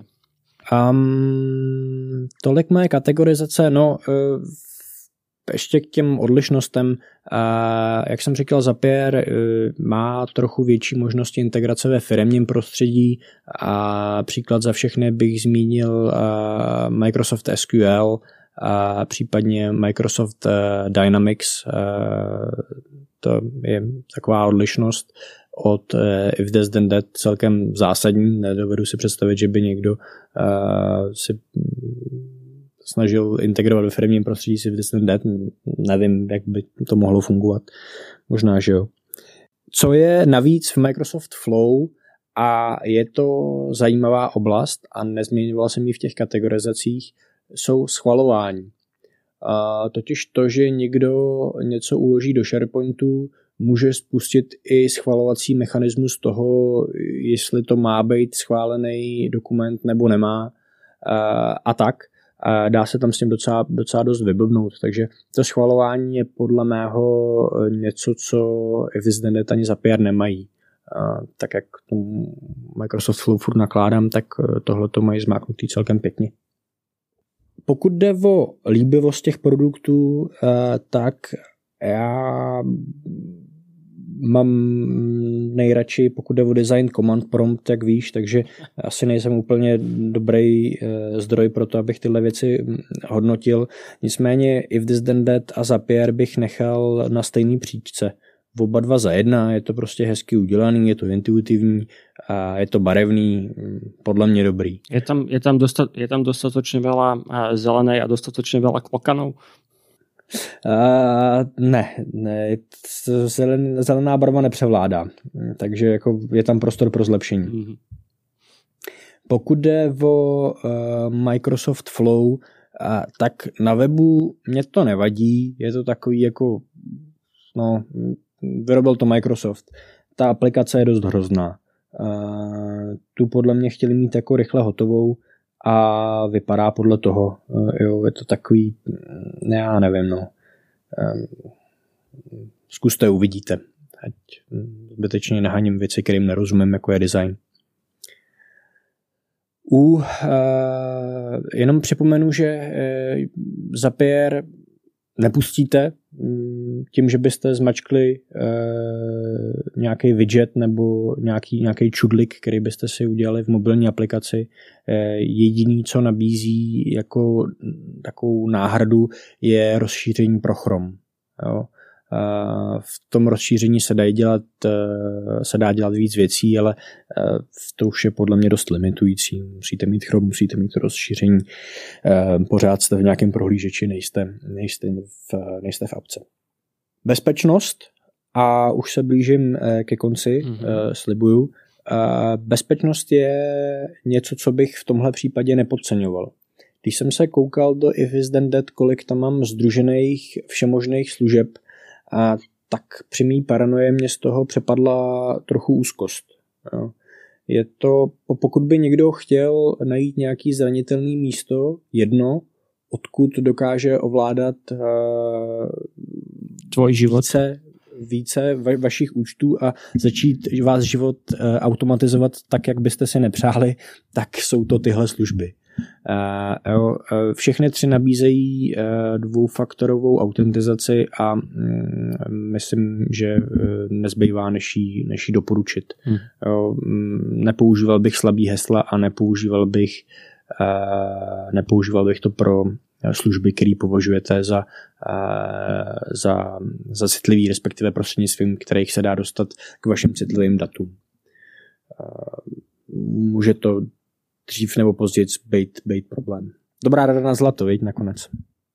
Um, tolik moje kategorizace, no uh, ještě k těm odlišnostem, uh, jak jsem říkal, Zapier uh, má trochu větší možnosti integrace ve firemním prostředí a příklad za všechny bych zmínil uh, Microsoft S Q L a případně Microsoft uh, Dynamics. Uh, to je taková odlišnost od uh, If This Then That celkem zásadní. Nedovedu si představit, že by někdo uh, si snažil integrovat ve firmním prostředí si If This Then That. Nevím, jak by to mohlo fungovat. Možná, že jo. Co je navíc v Microsoft Flow, a je to zajímavá oblast a nezměňoval jsem ji v těch kategorizacích, jsou schvalování. A totiž to, že někdo něco uloží do SharePointu, může spustit i schvalovací mechanismus toho, jestli to má být schválený dokument nebo nemá a, a tak. A dá se tam s tím docela, docela dost vyblbnout. Takže to schvalování je podle mého něco, co If This Then That ani Zapier nemají. A tak jak tomu Microsoft Flow furt nakládám, tak tohle to mají zmáknutý celkem pěkně. Pokud jde o líbivost těch produktů, tak já mám nejradši, pokud jde o design command prompt, jak víš, takže asi nejsem úplně dobrý zdroj pro to, abych tyhle věci hodnotil. Nicméně If This Then That a Zapier bych nechal na stejný příčce. Oba dva za jedna, je to prostě hezky udělaný, je to intuitivní a je to barevný, podle mě dobrý. Je tam, je tam, dostat, je tam dostatočne veľa zelenej a dostatočne veľa klokanov? Uh, ne, ne zelen, zelená barva nepřevládá, takže jako je tam prostor pro zlepšení. Mm-hmm. Pokud jde o uh, Microsoft Flow, uh, tak na webu mě to nevadí, je to takový jako, no, vyrobil to Microsoft. Ta aplikace je dost hrozná. Uh, tu podle mě chtěli mít jako rychle hotovou a vypadá podle toho. Uh, jo, je to takový, ne, já nevím, no. Um, zkuste, uvidíte. Ať zbytečně naháním věci, kterým nerozumím, jako je design. U, uh, jenom připomenu, že uh, Zapier nepustíte tím, že byste zmačkli uh, nějaký widget nebo nějaký, nějaký čudlik, který byste si udělali v mobilní aplikaci. Uh, jediný, co nabízí jako takovou náhradu, je rozšíření pro Chrome. Jo. Uh, v tom rozšíření se dá dělat, uh, se dá dělat víc věcí, ale uh, to už je podle mě dost limitující. Musíte mít Chrome, musíte mít to rozšíření. Uh, pořád jste v nějakém prohlížeči, nejste, nejste, v, nejste v apce. Bezpečnost, a už se blížím uh, ke konci, mm-hmm. uh, slibuju. Uh, bezpečnost je něco, co bych v tomhle případě nepodceňoval. Když jsem se koukal do If This Then That, kolik tam mám združených všemožných služeb, a tak při mý paranoje mě z toho přepadla trochu úzkost. Jo. Je to, pokud by někdo chtěl najít nějaký zranitelný místo, jedno, odkud dokáže ovládat uh, tvůj život, více, více va- vašich účtů a začít vás život uh, automatizovat tak, jak byste si nepřáli, tak jsou to tyhle služby. Uh, jo, všechny tři nabízejí uh, dvoufaktorovou autentizaci a um, myslím, že uh, nezbývá než jí, než jí doporučit. Hmm. Jo, um, nepoužíval bych slabý hesla a nepoužíval bych uh, nepoužíval bych to pro služby, které považujete za, uh, za, za citlivý, respektive prostřednictvím kterých se dá dostat k vašim citlivým datům. Uh, může to dřív nebo později být, být problém. Dobrá rada na zlato, viď, nakonec.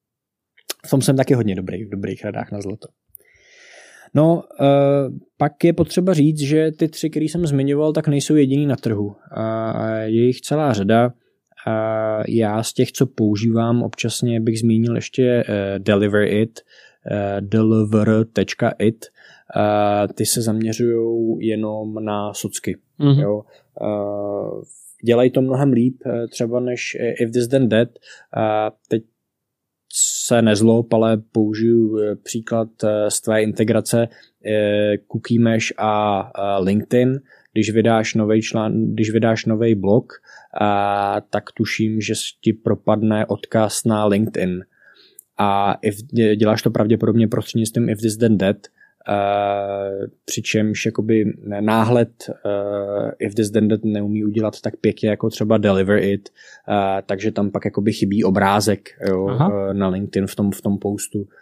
V tom jsem taky hodně dobrý, v dobrých radách na zlato. No, uh, pak je potřeba říct, že ty tři, které jsem zmiňoval, tak nejsou jediný na trhu. Uh, je jich celá řada. Uh, já z těch, co používám, občasně bych zmínil ještě uh, Deliver It, uh, deliver tečka it. Uh, ty se zaměřují jenom na socky. Mm-hmm. Jo. Uh, dělají to mnohem líp třeba než If This Then That. Teď se nezlob, ale použiju příklad z tvé integrace Cookie Mesh a LinkedIn. Když vydáš nový člán, když vydáš nový blog, tak tuším, že ti propadne odkaz na LinkedIn. A if, děláš to pravděpodobně prostřednictvím If This Then That, Uh, přičemž jakoby náhled uh, If This Then That neumí udělat tak pěkně jako třeba Deliver It, uh, takže tam pak jakoby chybí obrázek, jo, uh, na LinkedIn v tom, v tom postu uh,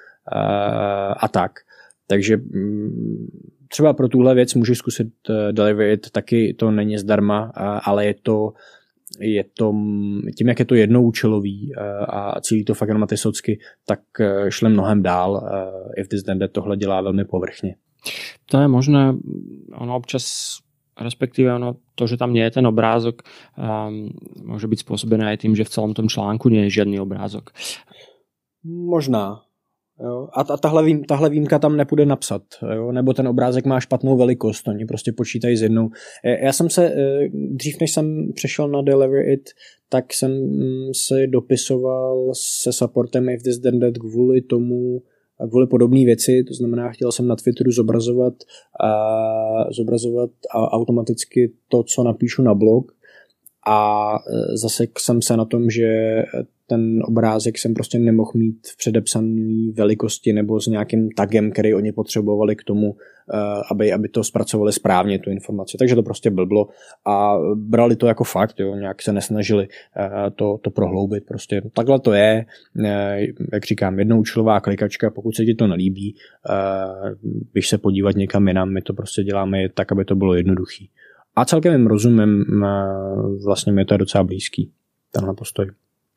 a tak. Takže um, třeba pro tuhle věc můžeš zkusit uh, Deliver It, taky to není zdarma, uh, ale je to je to, tím, jak je to jednoúčelový a cílí to fakt jenom na ty socky, tak šle mnohem dál. If This Then That tohle dělá velmi povrchně. To je možné, ono občas, respektíve ono, to, že tam nie je ten obrázok, um, môže byť spôsobené aj tým, že v celom tom článku nie je žiadny obrázok. Možná. Jo. A tahle, vým, tahle výjimka tam nepůjde napsat, jo. Nebo ten obrázek má špatnou velikost, oni prostě počítají s jednou. Já jsem se, dřív než jsem přešel na Deliver It, tak jsem se dopisoval se supportem If This Then That kvůli tomu, kvůli podobné věci, to znamená, chtěl jsem na Twitteru zobrazovat, a, zobrazovat a automaticky to, co napíšu na blog, a zase jsem se na tom, že ten obrázek jsem prostě nemohl mít v předepsané velikosti nebo s nějakým tagem, který oni potřebovali k tomu, aby, aby to zpracovali správně, tu informaci. Takže to prostě blblo a brali to jako fakt, jo, nějak se nesnažili to, to prohloubit. Prostě takhle to je, jak říkám, jednoúčelová klikačka, pokud se ti to nelíbí, běž se podívat někam jinam, my to prostě děláme tak, aby to bylo jednoduchý. A celkem jim rozumím, vlastně mi to je docela blízký, tenhle postoj.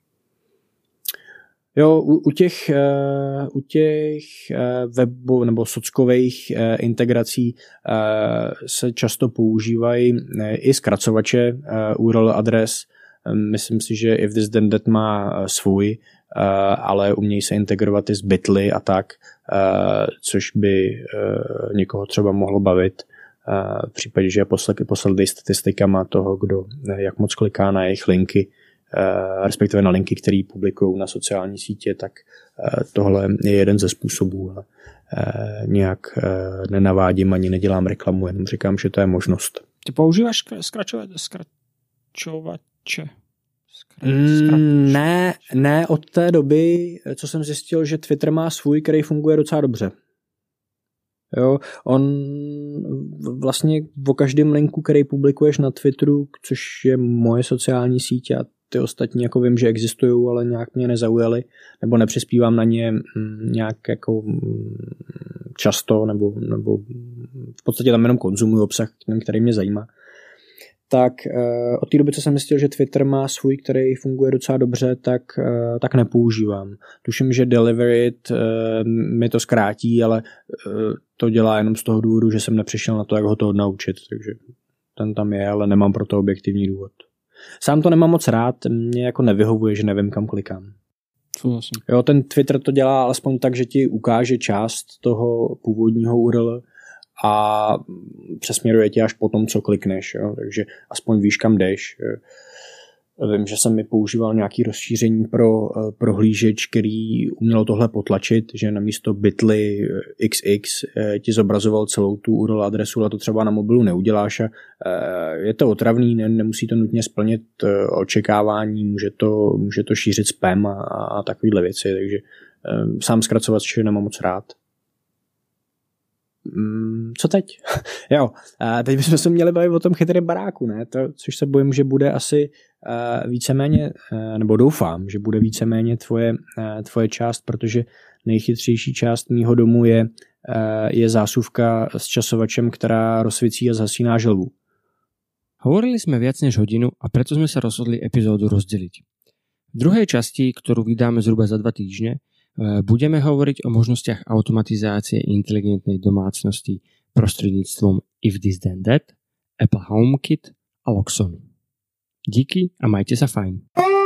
Jo, u, u těch, uh, u těch uh, webu nebo sockových uh, integrací uh, se často používají uh, i zkracovače uh, U R L adres. Um, myslím si, že If This Then That má uh, svůj, uh, ale umějí se integrovat i s Bitly a tak, uh, což by uh, někoho třeba mohlo bavit. Uh, v případě, že je poslali statistikama toho, kdo jak moc kliká na jejich linky, Uh, respektive na linky, které publikují na sociální sítě, tak uh, tohle je jeden ze způsobů. Uh, nějak uh, nenavádím ani nedělám reklamu, jenom říkám, že to je možnost. Ty používáš zkračovače? Zkrač, mm, ne, ne od té doby, co jsem zjistil, že Twitter má svůj, který funguje docela dobře. Jo, on vlastně o každém linku, který publikuješ na Twitteru, což je moje sociální sítě a ty ostatní jako vím, že existují, ale nějak mě nezaujaly, nebo nepřispívám na ně nějak jako často, nebo, nebo v podstatě tam jenom konzumuju obsah, který mě zajímá. Tak od té doby, co jsem myslel, že Twitter má svůj, který funguje docela dobře, tak, tak nepoužívám. Tuším, že Deliver It mi to zkrátí, ale to dělá jenom z toho důvodu, že jsem nepřišel na to, jak ho to odnaučit, takže ten tam je, ale nemám pro to objektivní důvod. Sám to nemám moc rád, mě jako nevyhovuje, že nevím, kam klikám. Jo, ten Twitter to dělá alespoň tak, že ti ukáže část toho původního U R L a přesměruje tě až po tom, co klikneš, jo? Takže aspoň víš, kam jdeš. Vím, že jsem mi používal nějaký rozšíření pro prohlížeč, který umělo tohle potlačit, že namísto bitly iks iks ti zobrazoval celou tu U R L adresu, ale to třeba na mobilu neuděláš a je to otravný, ne, nemusí to nutně splnit očekávání, může to, může to šířit spam a, a takovéhle věci, takže sám zkracovač nemám moc rád. Co teď? Jo, teď bychom se měli bavit o tom chytrém baráku, ne? To, což se bojím, že bude asi víceméně, nebo doufám, že bude víceméně tvoje, tvoje část, protože nejchytřejší část mýho domu je, je zásuvka s časovačem, která rozsvící a zhasíná želvu. Hovorili sme viac než hodinu a preto sme sa rozhodli epizódu rozdeliť. V druhej časti, ktorú vydáme zhruba za dva týždne, budeme hovoriť o možnostiach automatizácie inteligentnej domácnosti prostredníctvom If This Then That, Apple HomeKit a Loxon. Díky a majte sa fajn.